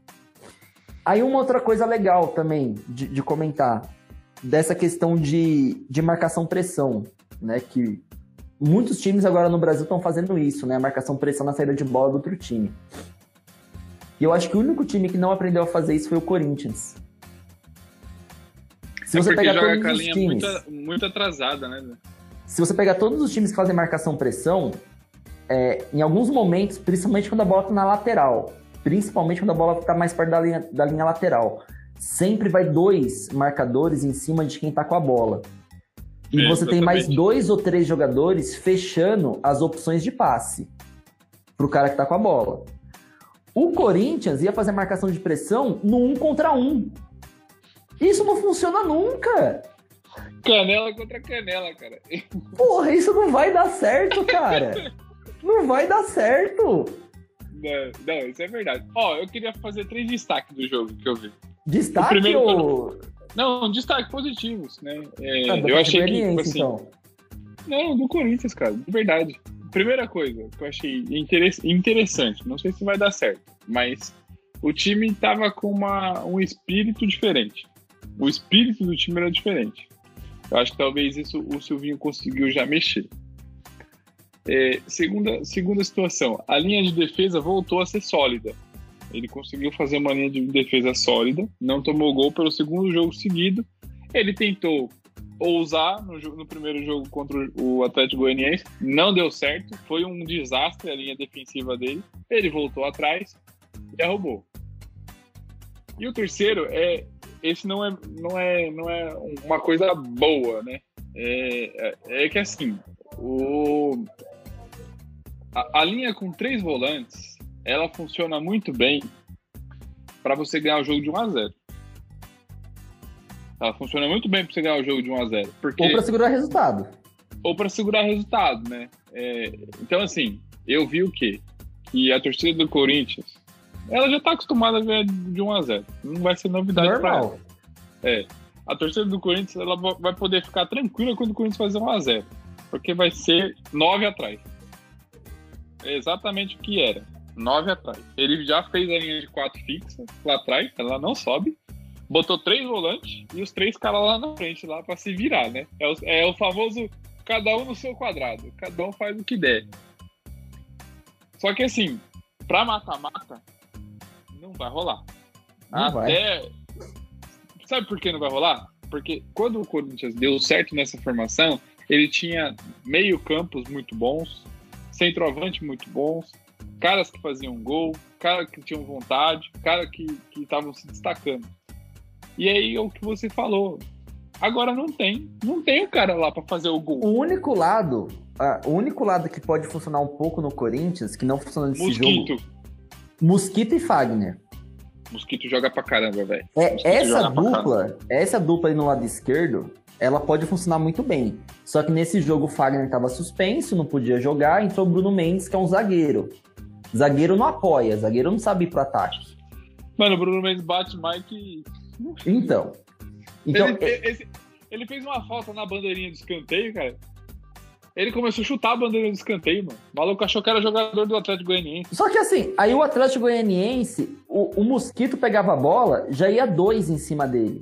Aí uma outra coisa legal também de, de comentar. Dessa questão de, de marcação-pressão, né? Que muitos times agora no Brasil estão fazendo isso, né? A marcação-pressão na saída de bola do outro time. E eu acho que o único time que não aprendeu a fazer isso foi o Corinthians. Se é você porque pegar joga todos com a os linha times, muito, muito atrasada, né? Se você pegar todos os times que fazem marcação-pressão, é, em alguns momentos, principalmente quando a bola tá na lateral, principalmente quando a bola tá mais perto da linha, da linha lateral, sempre vai dois marcadores em cima de quem tá com a bola. E é, você exatamente. tem mais dois ou três jogadores fechando as opções de passe pro cara que tá com a bola. O Corinthians ia fazer marcação de pressão no um contra um. Isso não funciona nunca. Canela contra canela, cara. Porra, isso não vai dar certo, cara. Não vai dar certo. Não, não, isso é verdade. Ó, eu queria fazer três destaques do jogo que eu vi. Destaque primeiro, ou... Não, destaques positivos, né? É, Ah, eu achei que, tipo assim... então. Não, do Corinthians, cara, de verdade. Primeira coisa que eu achei interessante, não sei se vai dar certo, mas o time tava com uma, um espírito diferente. O espírito do time era diferente. Eu acho que talvez isso o Silvinho conseguiu já mexer. É, segunda, segunda situação, a linha de defesa voltou a ser sólida. Ele conseguiu fazer uma linha de defesa sólida, não tomou gol pelo segundo jogo seguido. Ele tentou ousar no, no primeiro jogo contra o Atlético Goianiense, não deu certo, foi um desastre a linha defensiva dele. Ele voltou atrás e arrombou. E o terceiro é, esse não é, não é, não é uma coisa boa, né? É, é, é que assim, o, a, a linha com três volantes, ela funciona muito bem para você ganhar o jogo de um a zero. Ela funciona muito bem para você ganhar o jogo de um a zero. Porque... Ou para segurar resultado. Ou para segurar resultado, né? É, então, assim, eu vi o quê? Que a torcida do Corinthians, ela já está acostumada a ganhar de um a zero. Não vai ser novidade para ela. É, a torcida do Corinthians, ela vai poder ficar tranquila quando o Corinthians fazer um a zero. Porque vai ser nove atrás. É exatamente o que era. nove atrás. Ele já fez a linha de quatro fixa lá atrás, ela não sobe. Botou três volantes e os três caras lá na frente, lá pra se virar, né? É o, é o famoso cada um no seu quadrado. Cada um faz o que der. Só que assim, pra mata-mata, não vai rolar. Não Até... vai. Sabe por que não vai rolar? Porque quando o Corinthians deu certo nessa formação, ele tinha meio campos muito bons, centroavante muito bons, caras que faziam gol, caras que tinham vontade, caras que estavam se destacando. E aí é o que você falou. Agora não tem. Não tem o cara lá pra fazer o gol. O único lado, ah, o único lado que pode funcionar um pouco no Corinthians, que não funciona nesse Mosquito. jogo... Mosquito e Fagner. Mosquito joga pra caramba, velho. É, Mosquito essa joga pra caramba. dupla, essa dupla aí no lado esquerdo, ela pode funcionar muito bem. Só que nesse jogo o Fagner estava suspenso, não podia jogar, entrou o Bruno Mendes, que é um zagueiro. Zagueiro não apoia, zagueiro não sabe ir pro ataque. Mano, o Bruno Mendes bate mais que... Então... então ele, esse- ele fez uma falta na bandeirinha do escanteio, cara. Ele começou a chutar a bandeirinha do escanteio, mano. O maluco achou que era jogador do Atlético Goianiense. Só que assim, aí o Atlético Goianiense, o, o Mosquito pegava a bola, já ia dois em cima dele.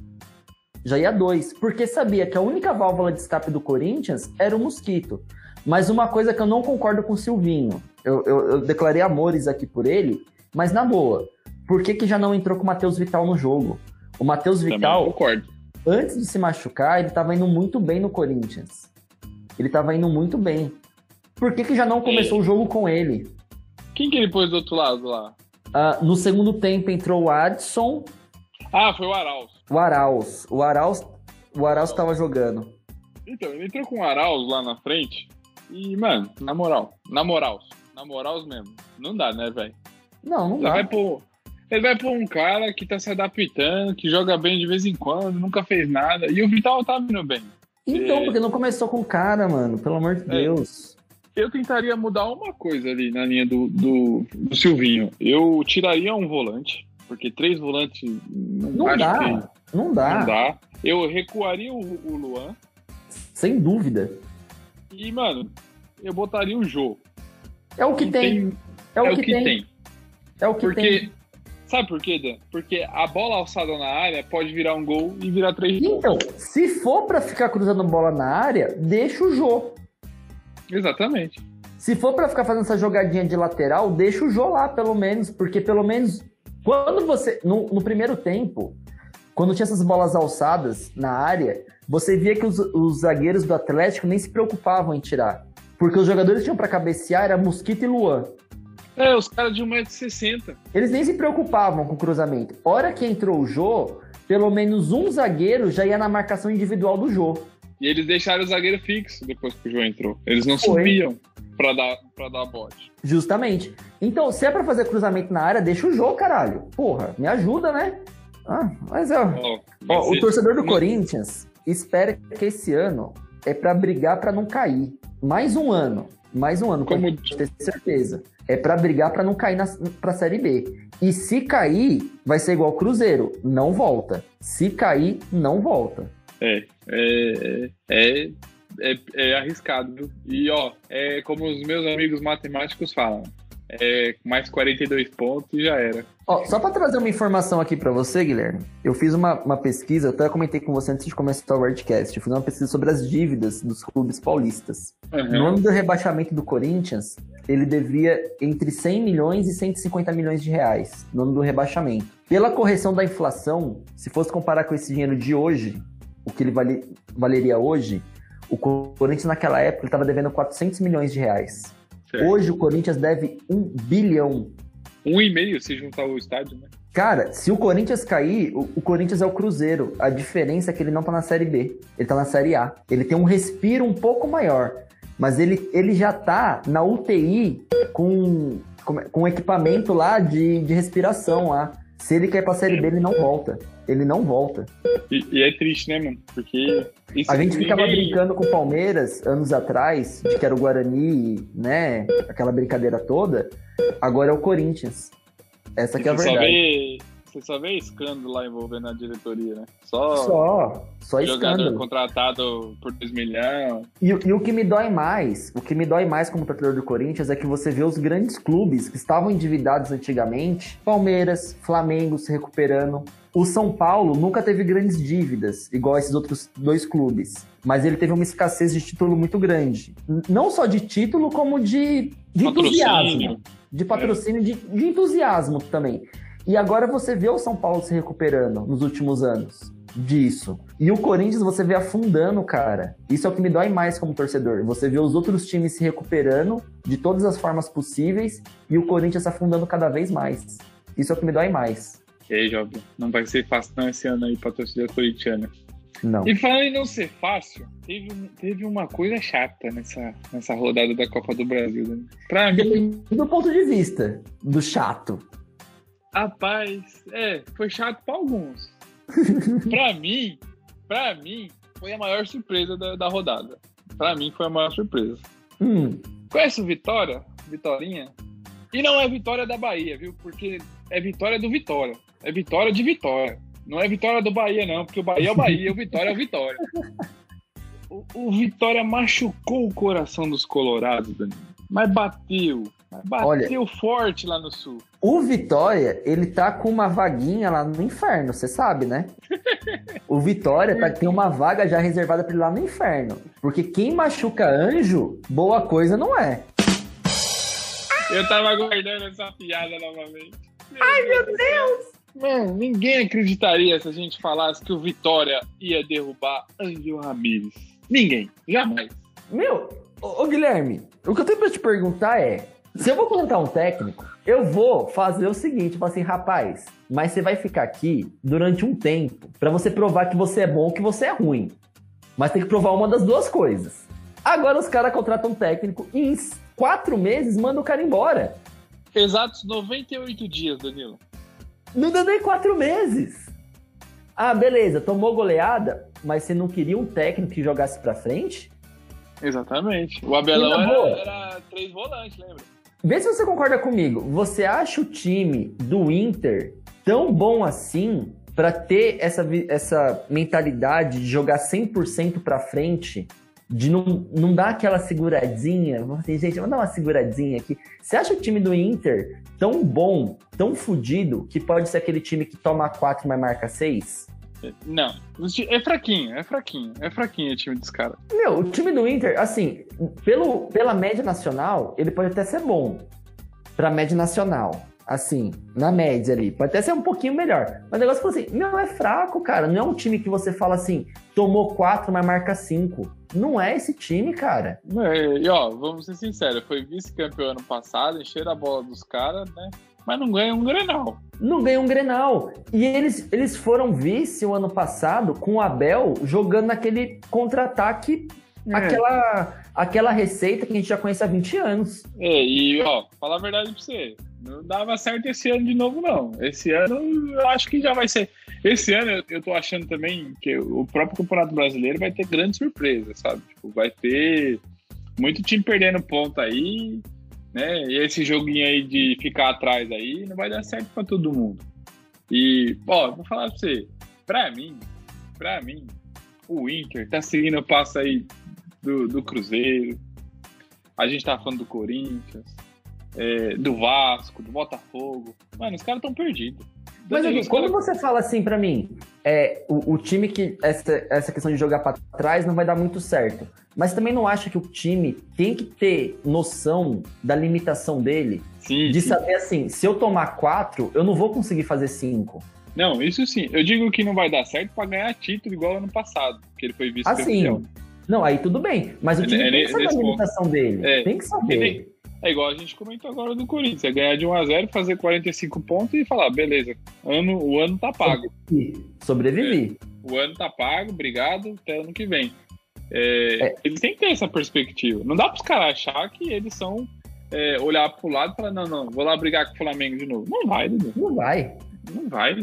Já ia dois. Porque sabia que a única válvula de escape do Corinthians era o Mosquito. Mas uma coisa que eu não concordo com o Silvinho, eu, eu, eu declarei amores aqui por ele, mas na boa, por que que já não entrou com o Matheus Vital no jogo? O Matheus Também Vital, concordo. antes de se machucar, ele tava indo muito bem no Corinthians. Ele tava indo muito bem. Por que que já não começou o jogo com ele? Quem que ele pôs do outro lado lá? Ah, no segundo tempo entrou o Adson, Ah, foi o Arauz. o Arauz. O Arauz, o Arauz tava jogando. Então, ele entrou com o Arauz lá na frente. E, mano, na moral, na moral, na moral mesmo. Não dá, né, velho? Não, não Ele dá. vai pôr. Ele vai pôr um cara que tá se adaptando, que joga bem de vez em quando, nunca fez nada. E o Vital tá vindo bem. Então, É. porque não começou com o cara, mano. Pelo amor de É. Deus. Eu tentaria mudar uma coisa ali na linha do, do, do Silvinho. Eu tiraria um volante, porque três volantes não, Não acho dá. que Não dá. não dá. Eu recuaria o, o Luan Sem dúvida. e, mano, eu botaria o Jô. É o que Não tem. É o que, tem. tem. É o que Porque, tem. sabe por quê, Dan? Porque a bola alçada na área pode virar um gol e virar três gols. Então, se for pra ficar cruzando bola na área, deixa o Jô. Exatamente. Se for pra ficar fazendo essa jogadinha de lateral, deixa o Jô lá, pelo menos. Porque pelo menos, quando você... No, no primeiro tempo, quando tinha essas bolas alçadas na área, você via que os, os zagueiros do Atlético nem se preocupavam em tirar. Porque os jogadores tinham pra cabecear, era Mosquito e Luan. É, os caras de um metro e sessenta. Eles nem se preocupavam com o cruzamento. Hora que entrou o Jô, pelo menos um zagueiro já ia na marcação individual do Jô. E eles deixaram o zagueiro fixo depois que o João entrou. Eles não Foi. subiam pra dar, pra dar bote. Justamente. Então, se é pra fazer cruzamento na área, deixa o Jô, caralho. Porra, me ajuda, né? Ah, mas ó, Ó, vai ó, o ser- torcedor do Não- Corinthians espera que esse ano é pra brigar pra não cair. Mais um ano. Mais um ano, Como- pode ter certeza. É pra brigar pra não cair na, pra Série B. E se cair, vai ser igual o Cruzeiro. Não volta. Se cair, não volta. É, é, é, é, é arriscado, viu? E, ó, é como os meus amigos matemáticos falam, é mais quarenta e dois pontos e já era. Ó, só pra trazer uma informação aqui pra você, Guilherme, eu fiz uma, uma pesquisa, eu até comentei com você antes de começar o Wordcast, eu fiz uma pesquisa sobre as dívidas dos clubes paulistas. No ano do rebaixamento do Corinthians, ele devia entre cem milhões e cento e cinquenta milhões de reais, no ano do rebaixamento. Pela correção da inflação, se fosse comparar com esse dinheiro de hoje, o que ele vale, valeria hoje, o Corinthians naquela época estava devendo quatrocentos milhões de reais. Certo. Hoje o Corinthians deve um bilhão. Um e meio se juntar o estádio, né? Cara, se o Corinthians cair, o, o Corinthians é o Cruzeiro. A diferença é que ele não tá na Série B, ele tá na Série A. Ele tem um respiro um pouco maior, mas ele, ele já tá na U T I com, com, com equipamento lá de, de respiração lá. Se ele cair pra Série B, ele não volta. Ele não volta. E, e é triste, né, mano? Porque isso A gente ficava ninguém- brincando com o Palmeiras anos atrás, de que era o Guarani, né? Aquela brincadeira toda. Agora é o Corinthians. Essa que é a Você só verdade. vê, você só vê escândalo lá envolvendo a diretoria, né? Só, Só, só jogador escândalo. contratado por dois milhões. E, o- e o que me dói mais, o que me dói mais como torcedor do Corinthians é que você vê os grandes clubes que estavam endividados antigamente, Palmeiras, Flamengo se recuperando. O São Paulo nunca teve grandes dívidas, igual esses outros dois clubes. Mas ele teve uma escassez de título muito grande. N- Não só de título, como de, de Patrocínio. entusiasmo. De patrocínio, de, de entusiasmo também. E agora você vê o São Paulo se recuperando nos últimos anos disso. E o Corinthians você vê afundando, cara. Isso é o que me dói mais como torcedor. Você vê os outros times se recuperando de todas as formas possíveis e o Corinthians se afundando cada vez mais. Isso é o que me dói mais. E aí, Jovem, não vai ser fácil não esse ano aí pra torcida corintiana. Não. E falando em não ser fácil, teve, teve uma coisa chata nessa, nessa rodada da Copa do Brasil. Né? Pra mim, Depende do ponto de vista do chato. rapaz, é, foi chato pra alguns. pra mim, pra mim, foi a maior surpresa da, da rodada. Pra mim, foi a maior surpresa. Hum. Conhece o Vitória? Vitorinha? E não é Vitória da Bahia, viu? Porque é Vitória do Vitória. É Vitória de Vitória. Não é Vitória do Bahia, não. Porque o Bahia é o Bahia e o Vitória é o Vitória. O, o Vitória machucou o coração dos colorados, Danilo. Mas bateu. Mas bateu Olha, forte lá no Sul. O Vitória, ele tá com uma vaguinha lá no inferno, você sabe, né? O Vitória tá, tem uma vaga já reservada pra ele lá no inferno. Porque quem machuca anjo, boa coisa não é. Eu tava aguardando essa piada novamente. Meu Ai, Deus meu Deus! Mano, ninguém acreditaria se a gente falasse que o Vitória ia derrubar Ângelo Ramírez. Ninguém. Jamais. Meu, ô, ô Guilherme, o que eu tenho pra te perguntar é, se eu vou contratar um técnico, eu vou fazer o seguinte, falar assim, rapaz, mas você vai ficar aqui durante um tempo pra você provar que você é bom ou que você é ruim. Mas tem que provar uma das duas coisas. Agora os caras contratam um técnico e em quatro meses mandam o cara embora. Exatos noventa e oito dias, Danilo. Não deu nem quatro meses. Ah, beleza, tomou goleada, mas você não queria um técnico que jogasse pra frente? Exatamente. O Abelão era, era três volantes, lembra? Vê se você concorda comigo. Você acha o time do Inter tão bom assim pra ter essa, essa mentalidade de jogar cem por cento pra frente? De não, não dar aquela seguradinha? Assim, gente, vamos dar uma seguradinha aqui. Você acha o time do Inter tão bom, tão fodido, que pode ser aquele time que toma quatro, mas marca seis? Não. É fraquinho, é fraquinho. É fraquinho o time dos caras. Meu, o time do Inter, assim, pelo, pela média nacional, ele pode até ser bom. Pra média nacional. Assim, na média ali. Pode até ser um pouquinho melhor. Mas o negócio é assim, não, é fraco, cara. Não é um time que você fala assim, tomou quatro, mas marca cinco. Não é esse time, cara. É, e ó, vamos ser sinceros, foi vice-campeão ano passado, encheram a bola dos caras, né? Mas não ganha um Grenal. Não ganha um Grenal. E eles, eles foram vice o ano passado com o Abel jogando naquele contra-ataque, é. aquela, aquela receita que a gente já conhece há vinte anos. É, e ó, falar a verdade pra você, não dava certo esse ano de novo, não. Esse ano eu acho que já vai ser. Esse ano eu, eu tô achando também que o próprio Campeonato Brasileiro vai ter grandes surpresas, sabe? Tipo, vai ter muito time perdendo ponto aí, né? E esse joguinho aí de ficar atrás aí não vai dar certo pra todo mundo. E, ó, vou falar pra você, pra mim, pra mim, o Inter tá seguindo o passo aí do, do Cruzeiro, a gente tá falando do Corinthians, é, do Vasco, do Botafogo. Mano, os caras estão perdidos. Mas aqui, quando cara... você fala assim pra mim, é, o, o time que essa, essa questão de jogar pra trás não vai dar muito certo, mas também não acha que o time tem que ter noção da limitação dele? Sim, de sim. saber assim, se eu tomar quatro, eu não vou conseguir fazer cinco. Não, isso sim. Eu digo que não vai dar certo pra ganhar título igual ano passado, que ele foi vice-campeão. Assim, não, aí tudo bem, mas o time é, tem que saber a limitação ponto. dele, é, tem que saber. É igual a gente comentou agora do Corinthians, é ganhar de um a zero, fazer quarenta e cinco pontos e falar, beleza, ano, o ano tá pago. Sobrevivi. É, o ano tá pago, obrigado, até ano que vem. É, é. Eles têm que ter essa perspectiva. Não dá pros caras achar que eles são, é, olhar pro lado e falar, não, não, vou lá brigar com o Flamengo de novo. Não vai, Dudu. Não vai. Não vai.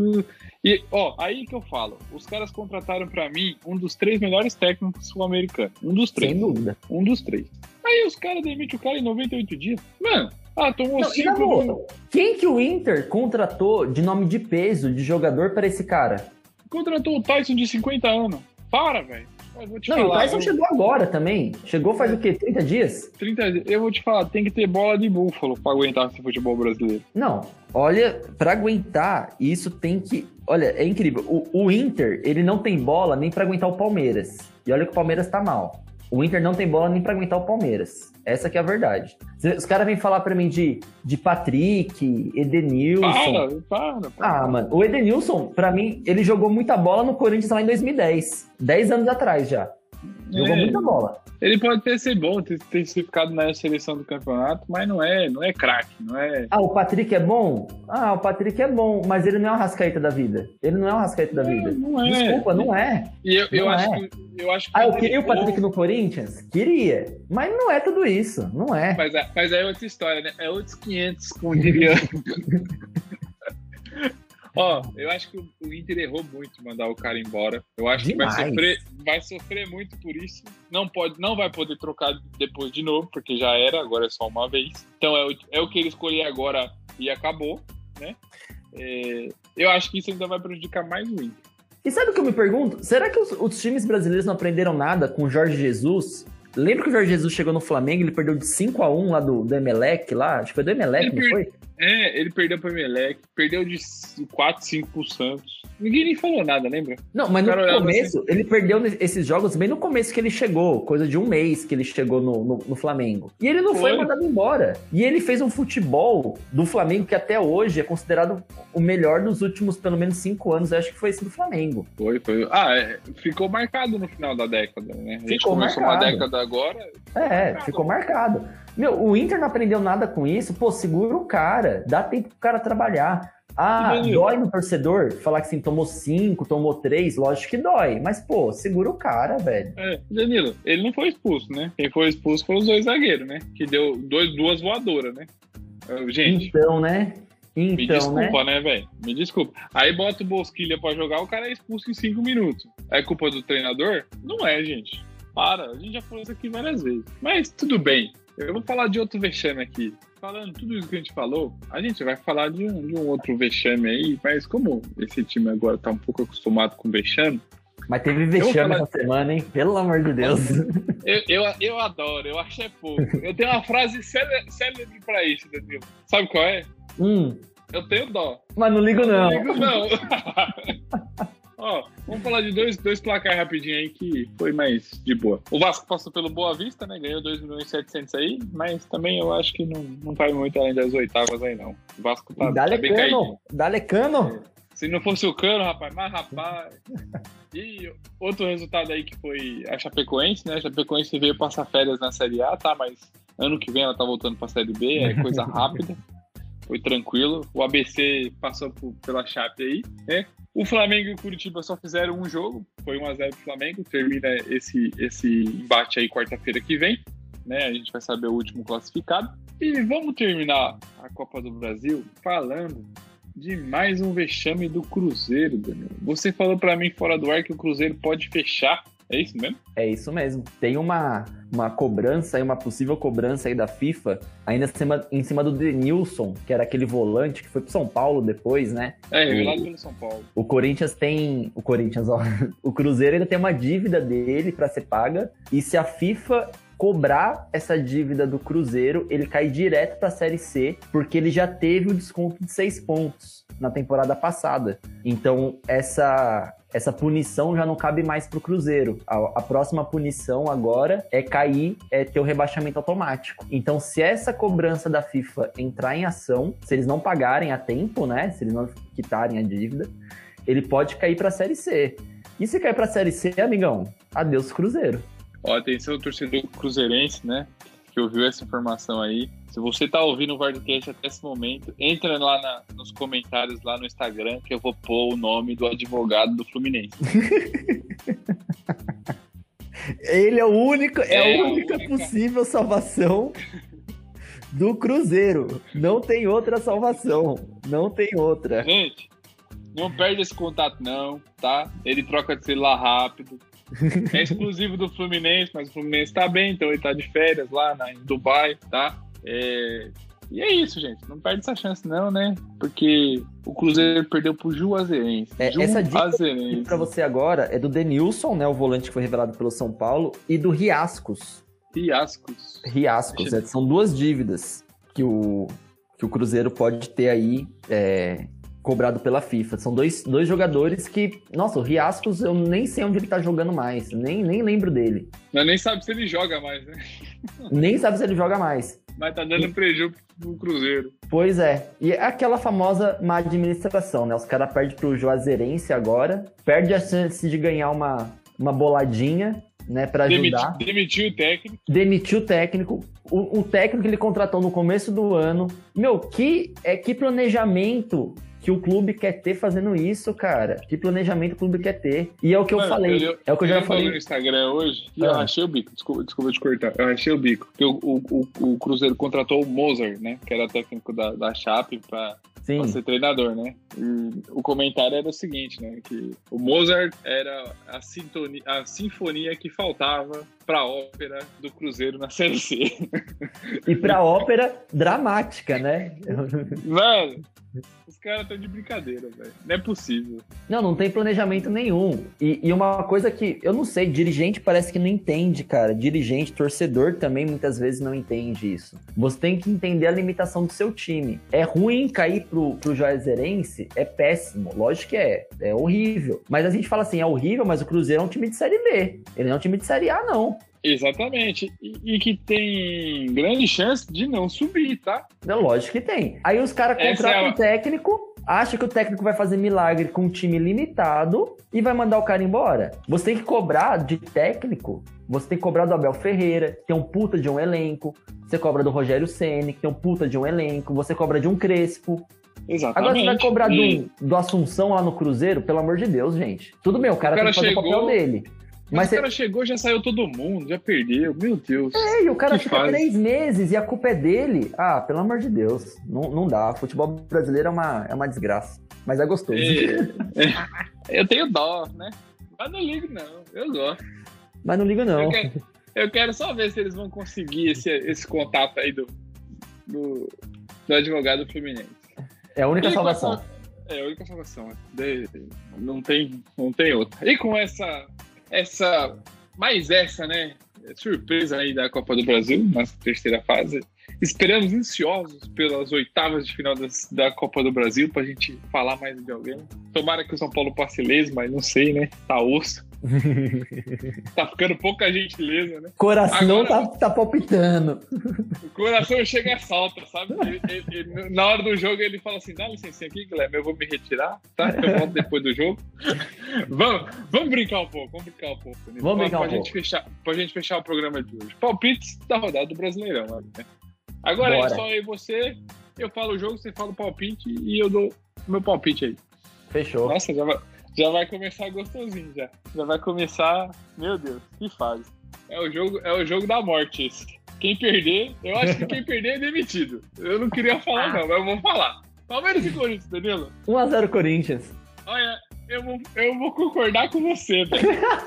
E, ó, aí que eu falo, os caras contrataram pra mim um dos três melhores técnicos sul-americanos. Um dos três. Sem dúvida. Um dos três. Aí os caras demitem o cara em noventa e oito dias. Mano, ah, tomou não, cinco... Do... Quem que o Inter contratou de nome de peso, de jogador, para esse cara? Contratou o Tyson de cinquenta anos. Para, velho. Eu vou te não, falar, o Tyson eu... chegou agora também. Chegou faz é. o quê? trinta dias? trinta dias. Eu vou te falar, tem que ter bola de búfalo pra aguentar esse futebol brasileiro. Não, olha, pra aguentar, isso tem que... Olha, é incrível. O, o Inter, ele não tem bola nem pra aguentar o Palmeiras. E olha que o Palmeiras tá mal. O Inter não tem bola nem pra aguentar o Palmeiras. Essa que é a verdade. Os caras vêm falar pra mim de, de Patrick, Edenilson. Para, para, para. Ah, mano, o Edenilson, pra mim, ele jogou muita bola no Corinthians lá em dois mil e dez. dez anos atrás já. Jogou É. muita bola. Ele pode até ser bom, ter, ter se ficado na seleção do campeonato, mas não é, não é craque, não é. Ah, o Patrick é bom? Ah, o Patrick é bom, mas ele não é o Rascaeta da vida. Ele não é o Rascaeta da vida. Não, não é. Desculpa, não é. E eu, eu Não acho é. que. Eu acho que Ah, eu ele queria o errou, Patrick no Corinthians? Queria. Mas não é tudo isso. Não é. Mas, mas aí é outra história, né? É outros quinhentos, como diria. Ó, eu acho que o Inter errou muito em mandar o cara embora. Eu acho Demais. que vai sofrer, vai sofrer muito por isso. Não, pode, não vai poder trocar depois de novo, porque já era, agora é só uma vez. Então é o, é o que ele escolher agora e acabou, né? É, eu acho que isso ainda vai prejudicar mais o Inter. E sabe o que eu me pergunto? Será que os, os times brasileiros não aprenderam nada com o Jorge Jesus? Lembra que o Jorge Jesus chegou no Flamengo, ele perdeu de cinco a um lá do, do Emelec, lá? Acho que foi do Emelec, Ele não per- foi? É, ele perdeu pro Emelec, perdeu de quatro, cinco pro Santos. Ninguém nem falou nada, lembra? Não, mas no Cara, olhava começo, ele perdeu ne- esses jogos bem no começo que ele chegou, coisa de um mês que ele chegou no, no, no Flamengo. E ele não foi. Foi. mandado embora. E ele fez um futebol do Flamengo que até hoje é considerado o melhor dos últimos, pelo menos, cinco anos. Eu acho que foi esse do Flamengo. Foi, foi. Ah, é, ficou marcado no final da década, né? A gente Ficou começou marcado. uma década agora. É, Marcado. ficou marcado. Meu, o Inter não aprendeu nada com isso. Pô, segura o cara. Dá tempo pro cara trabalhar. Ah, E Danilo? dói no torcedor falar que assim, tomou cinco, tomou três, lógico que dói. Mas, pô, segura o cara, velho. É, Danilo, ele não foi expulso, né? Quem foi expulso foi os dois zagueiros, né? Que deu dois, duas voadoras, né? Eu, Gente, Então, né? me Então, desculpa, né? né, velho? Me desculpa. Aí bota o Bosquilha pra jogar, o cara é expulso em cinco minutos. É culpa do treinador? Não é, gente. Para, a gente já falou isso aqui várias vezes. Mas tudo bem. Eu vou falar de outro vexame aqui. Falando tudo isso que a gente falou, a gente vai falar de um, de um outro vexame aí, mas como esse time agora tá um pouco acostumado com vexame, Mas teve vou vexame falar- essa semana, hein? Pelo amor de Deus. eu, eu, eu adoro, eu acho é pouco. Eu tenho uma frase célebre, célebre pra isso, Danilo. Sabe qual é? hum, Eu tenho dó. mas não ligo, não. Não ligo, não. Ó, vamos falar de dois, dois placares rapidinho aí que foi mais de boa. O Vasco passou pelo Boa Vista, né? Ganhou dois milhões e setecentos aí, mas também eu acho que não, não vai muito além das oitavas aí, não. O Vasco tá, Dale tá bem caído. Cano. Dale Cano. Se não fosse o Cano, rapaz, mas rapaz. E outro resultado aí que foi a Chapecoense, né? A Chapecoense veio passar férias na Série A, tá? Mas ano que vem ela tá voltando pra Série B, é coisa rápida. Foi tranquilo. O A B C passou por- pela Chape aí, né? O Flamengo e o Curitiba só fizeram um jogo, foi um a zero pro Flamengo, termina esse, esse embate aí quarta-feira que vem, né? A gente vai saber o último classificado. E vamos terminar a Copa do Brasil falando de mais um vexame do Cruzeiro, Danilo. Você falou pra mim fora do ar que o Cruzeiro pode fechar, é isso mesmo? É isso mesmo. Tem uma, uma cobrança aí, uma possível cobrança aí da FIFA, ainda em cima, em cima do Denilson, que era aquele volante que foi pro São Paulo depois, né? É, revelado pelo São Paulo. O Corinthians tem... O Corinthians, ó. O Cruzeiro ainda tem uma dívida dele pra ser paga. E se a FIFA cobrar essa dívida do Cruzeiro, ele cai direto pra Série C, porque ele já teve o desconto de seis pontos na temporada passada. Então, essa... Essa punição já não cabe mais pro Cruzeiro. A, a próxima punição agora é cair, é ter o rebaixamento automático. Então, se essa cobrança da FIFA entrar em ação, se eles não pagarem a tempo, né? Se eles não quitarem a dívida, ele pode cair pra Série C. E se cair pra Série C, amigão, adeus Cruzeiro. Ó, atenção, torcedor cruzeirense, né? Que ouviu essa informação aí. Se você tá ouvindo o Vardcast até esse momento, entra lá na- nos comentários lá no Instagram que eu vou pôr o nome do advogado do Fluminense. Ele é o único, é, É a a única única. possível salvação do Cruzeiro. Não tem outra salvação. Não tem outra. Gente, não perde esse contato não, tá? Ele troca de celular rápido. É exclusivo do Fluminense, mas o Fluminense tá bem, então ele tá de férias lá na, em Dubai, tá? É, E é isso, gente. Não perde essa chance não, né? Porque o Cruzeiro perdeu pro Juazeirense. É, essa dica Juazeirense. pra você agora é do Denilson, né? O volante que foi revelado pelo São Paulo, e do Riascos. Fiascos. Riascos, é, são duas dívidas que o, que o Cruzeiro pode ter aí é, cobrado pela FIFA. São dois, dois jogadores que... Nossa, o Riascos eu nem sei onde ele tá jogando mais, nem, nem lembro dele. Mas nem sabe se ele joga mais, né? Nem sabe se ele joga mais. Mas tá dando prejuízo pro Cruzeiro. Pois é, e é aquela famosa má administração, né? Os caras perdem pro Juazeirense agora, perde a chance de ganhar uma, uma boladinha né, para ajudar. Demiti, demitiu o técnico. Demitiu o técnico. O, o técnico que ele contratou no começo do ano. Meu, que, é, que planejamento que o clube quer ter fazendo isso, cara. Que planejamento o clube quer ter. E é o que Mano, eu falei. Eu, é o que eu já eu falei no Instagram hoje e ah. eu rachei o bico. Desculpa, desculpa te cortar. Eu rachei o bico. Porque o, o, o, o Cruzeiro contratou o Mozart, né? Que era técnico da, da Chape pra, pra ser treinador, né? E o comentário era o seguinte, né? Que o Mozart era a, sintonia, a sinfonia que faltava pra ópera do Cruzeiro na Série C. E pra ópera dramática, né? Mano, os caras estão de brincadeira, velho. Não é possível. Não, não tem planejamento nenhum. E, e uma coisa que, eu não sei, dirigente parece que não entende, cara. Dirigente, torcedor também muitas vezes não entende isso. Você tem que entender a limitação do seu time. É ruim cair pro, pro Juazeirense? É péssimo. Lógico que é. É horrível. Mas a gente fala assim, é horrível, mas o Cruzeiro é um time de Série B. Ele não é um time de Série A, não. Exatamente. E, e que tem grande chance de não subir, tá? Não, lógico que tem. Aí os caras contratam um é a... técnico, acham que o técnico vai fazer milagre com um time limitado e vai mandar o cara embora. Você tem que cobrar de técnico, você tem que cobrar do Abel Ferreira, que tem um puta de um elenco. Você cobra do Rogério Ceni, que tem um puta de um elenco. Você cobra de um Crespo. Exatamente. Agora você vai cobrar e... do, do Assunção lá no Cruzeiro, pelo amor de Deus, gente. Tudo bem, o cara, o cara tem que fazer chegou... o papel dele. Mas, Mas o cara cê... chegou, já saiu todo mundo, já perdeu, meu Deus. É, e o cara fica fase. três meses e a culpa é dele. Ah, pelo amor de Deus, não, não dá. Futebol brasileiro é uma, é uma desgraça, mas é gostoso. É, é, eu tenho dó, né? Mas não ligo não, eu gosto. Mas não ligo não. Eu quero, eu quero só ver se eles vão conseguir esse, esse contato aí do, do, do advogado Fluminense. É a única e salvação. Essa, é a única salvação. Não tem, não tem outra. E com essa... Essa, mais essa, né, surpresa aí da Copa do Brasil, na terceira fase. Esperamos ansiosos pelas oitavas de final das, da Copa do Brasil, pra gente falar mais de alguém. Tomara que o São Paulo passe ileso, mas não sei, né, tá osso. Tá ficando pouca gentileza, né? Coração Agora, tá, tá palpitando. O coração chega e salta, sabe? Ele, ele, ele, na hora do jogo ele fala assim, dá licença aqui, Guilherme, eu vou me retirar, tá? Eu volto depois do jogo. vamos, vamos brincar um pouco, vamos brincar um pouco. Né? Vamos pra, brincar pra um gente pouco. Fechar, pra gente fechar o programa de hoje. Palpites da rodada do Brasileirão, né? Agora Bora. É só eu e você, eu falo o jogo, você fala o palpite e eu dou o meu palpite aí. Fechou. Nossa, já vai... Já vai começar gostosinho, já. Já vai começar... Meu Deus, que fase. É o jogo, é o jogo da morte esse. Quem perder... Eu acho que quem perder é demitido. Eu não queria falar não, mas eu vou falar. Palmeiras e Corinthians, Danilo. um a zero Corinthians. Olha, eu vou, eu vou concordar com você, velho.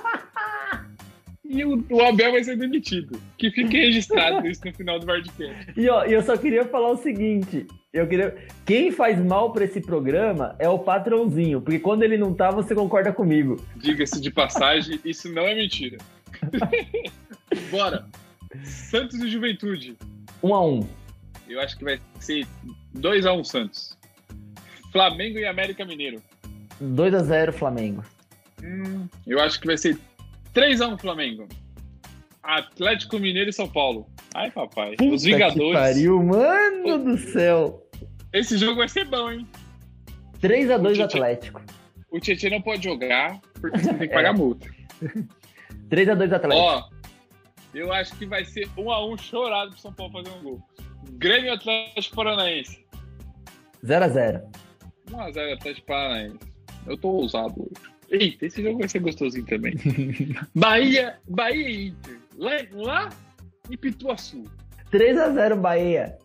E o, o Abel vai ser demitido. Que fique registrado isso no final do Vardcast. E ó, eu só queria falar o seguinte... Eu queria... Quem faz mal pra esse programa é o patrãozinho, porque quando ele não tá, você concorda comigo. Diga-se de passagem, isso não é mentira. Bora. Santos e Juventude. um a um. Eu acho que vai ser dois a um Santos. Flamengo e América Mineiro. dois a zero Flamengo. Hum, eu acho que vai ser três a um Flamengo. Atlético Mineiro e São Paulo. Ai, papai. Puta Os Vingadores. Que pariu, mano do céu. Esse jogo vai ser bom, hein? três a dois Atlético. O Tietchan não pode jogar porque você tem que pagar é. multa. três a dois Atlético. Ó, eu acho que vai ser um a um chorado pro São Paulo fazer um gol. Grêmio e Atlético Paranaense. zero a zero. um a zero Atlético Paranaense. Eu tô ousado hoje. Eita, esse jogo vai ser gostosinho também. Bahia, Bahia e Inter. Lá, lá em Pituaçu. três a zero Bahia.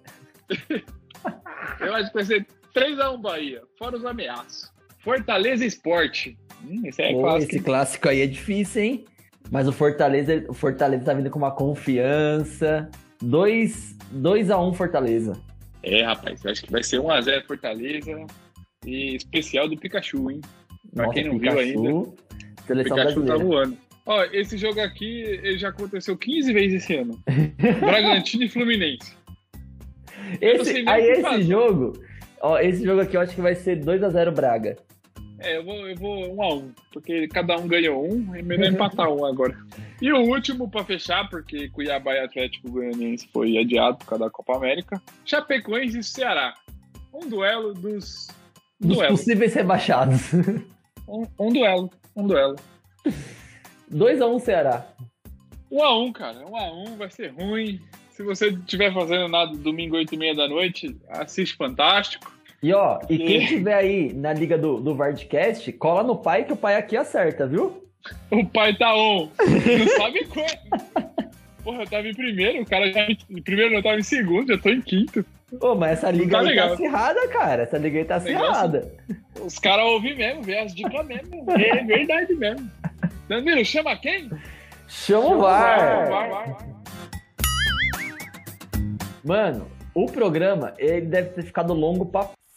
Eu acho que vai ser três a um Bahia. Fora os ameaços. Fortaleza Sport. Hum, esse é Pô, clássico. Esse clássico aí é difícil, hein? Mas o Fortaleza, o Fortaleza tá vindo com uma confiança. dois a um Fortaleza. É, rapaz. Eu acho que vai ser um a zero Fortaleza. E especial do Pikachu, hein? Pra Nossa, quem não Pikachu, viu ainda. Seleção Pikachu brasileira. tá voando. Ó, esse jogo aqui ele já aconteceu quinze vezes esse ano. Bragantino e Fluminense. Esse, aí esse fazer. jogo, ó, esse jogo aqui eu acho que vai ser dois a zero Braga. É, eu vou, eu vou um a um, porque cada um ganhou um, é melhor empatar um agora. E o último pra fechar, porque Cuiabá e Atlético Goianiense foi adiado por causa da Copa América. Chapecoense e Ceará. Um duelo dos... Um dos duelo. possíveis rebaixados. Um, um duelo, um duelo. dois a um Ceará. Um a um, cara. Um a um vai ser ruim. Se você não estiver fazendo nada domingo, oito e meia da noite, assiste Fantástico. E ó, e quem tiver aí na liga do, do Vardcast, cola no pai que o pai aqui acerta, viu? O pai tá on. Não sabe quando. Porra, eu tava em primeiro, o cara já em primeiro, eu tava em segundo, já tô em quinto. Ô, mas essa liga Tá aí legal. tá acirrada, cara. Essa liga aí tá Negócio- acirrada. Os caras ouvem mesmo, vê as dicas mesmo. É verdade mesmo. Danilo, chama quem? Chama o VAR. Vai, vai, vai. Mano, o programa, ele deve ter ficado longo pra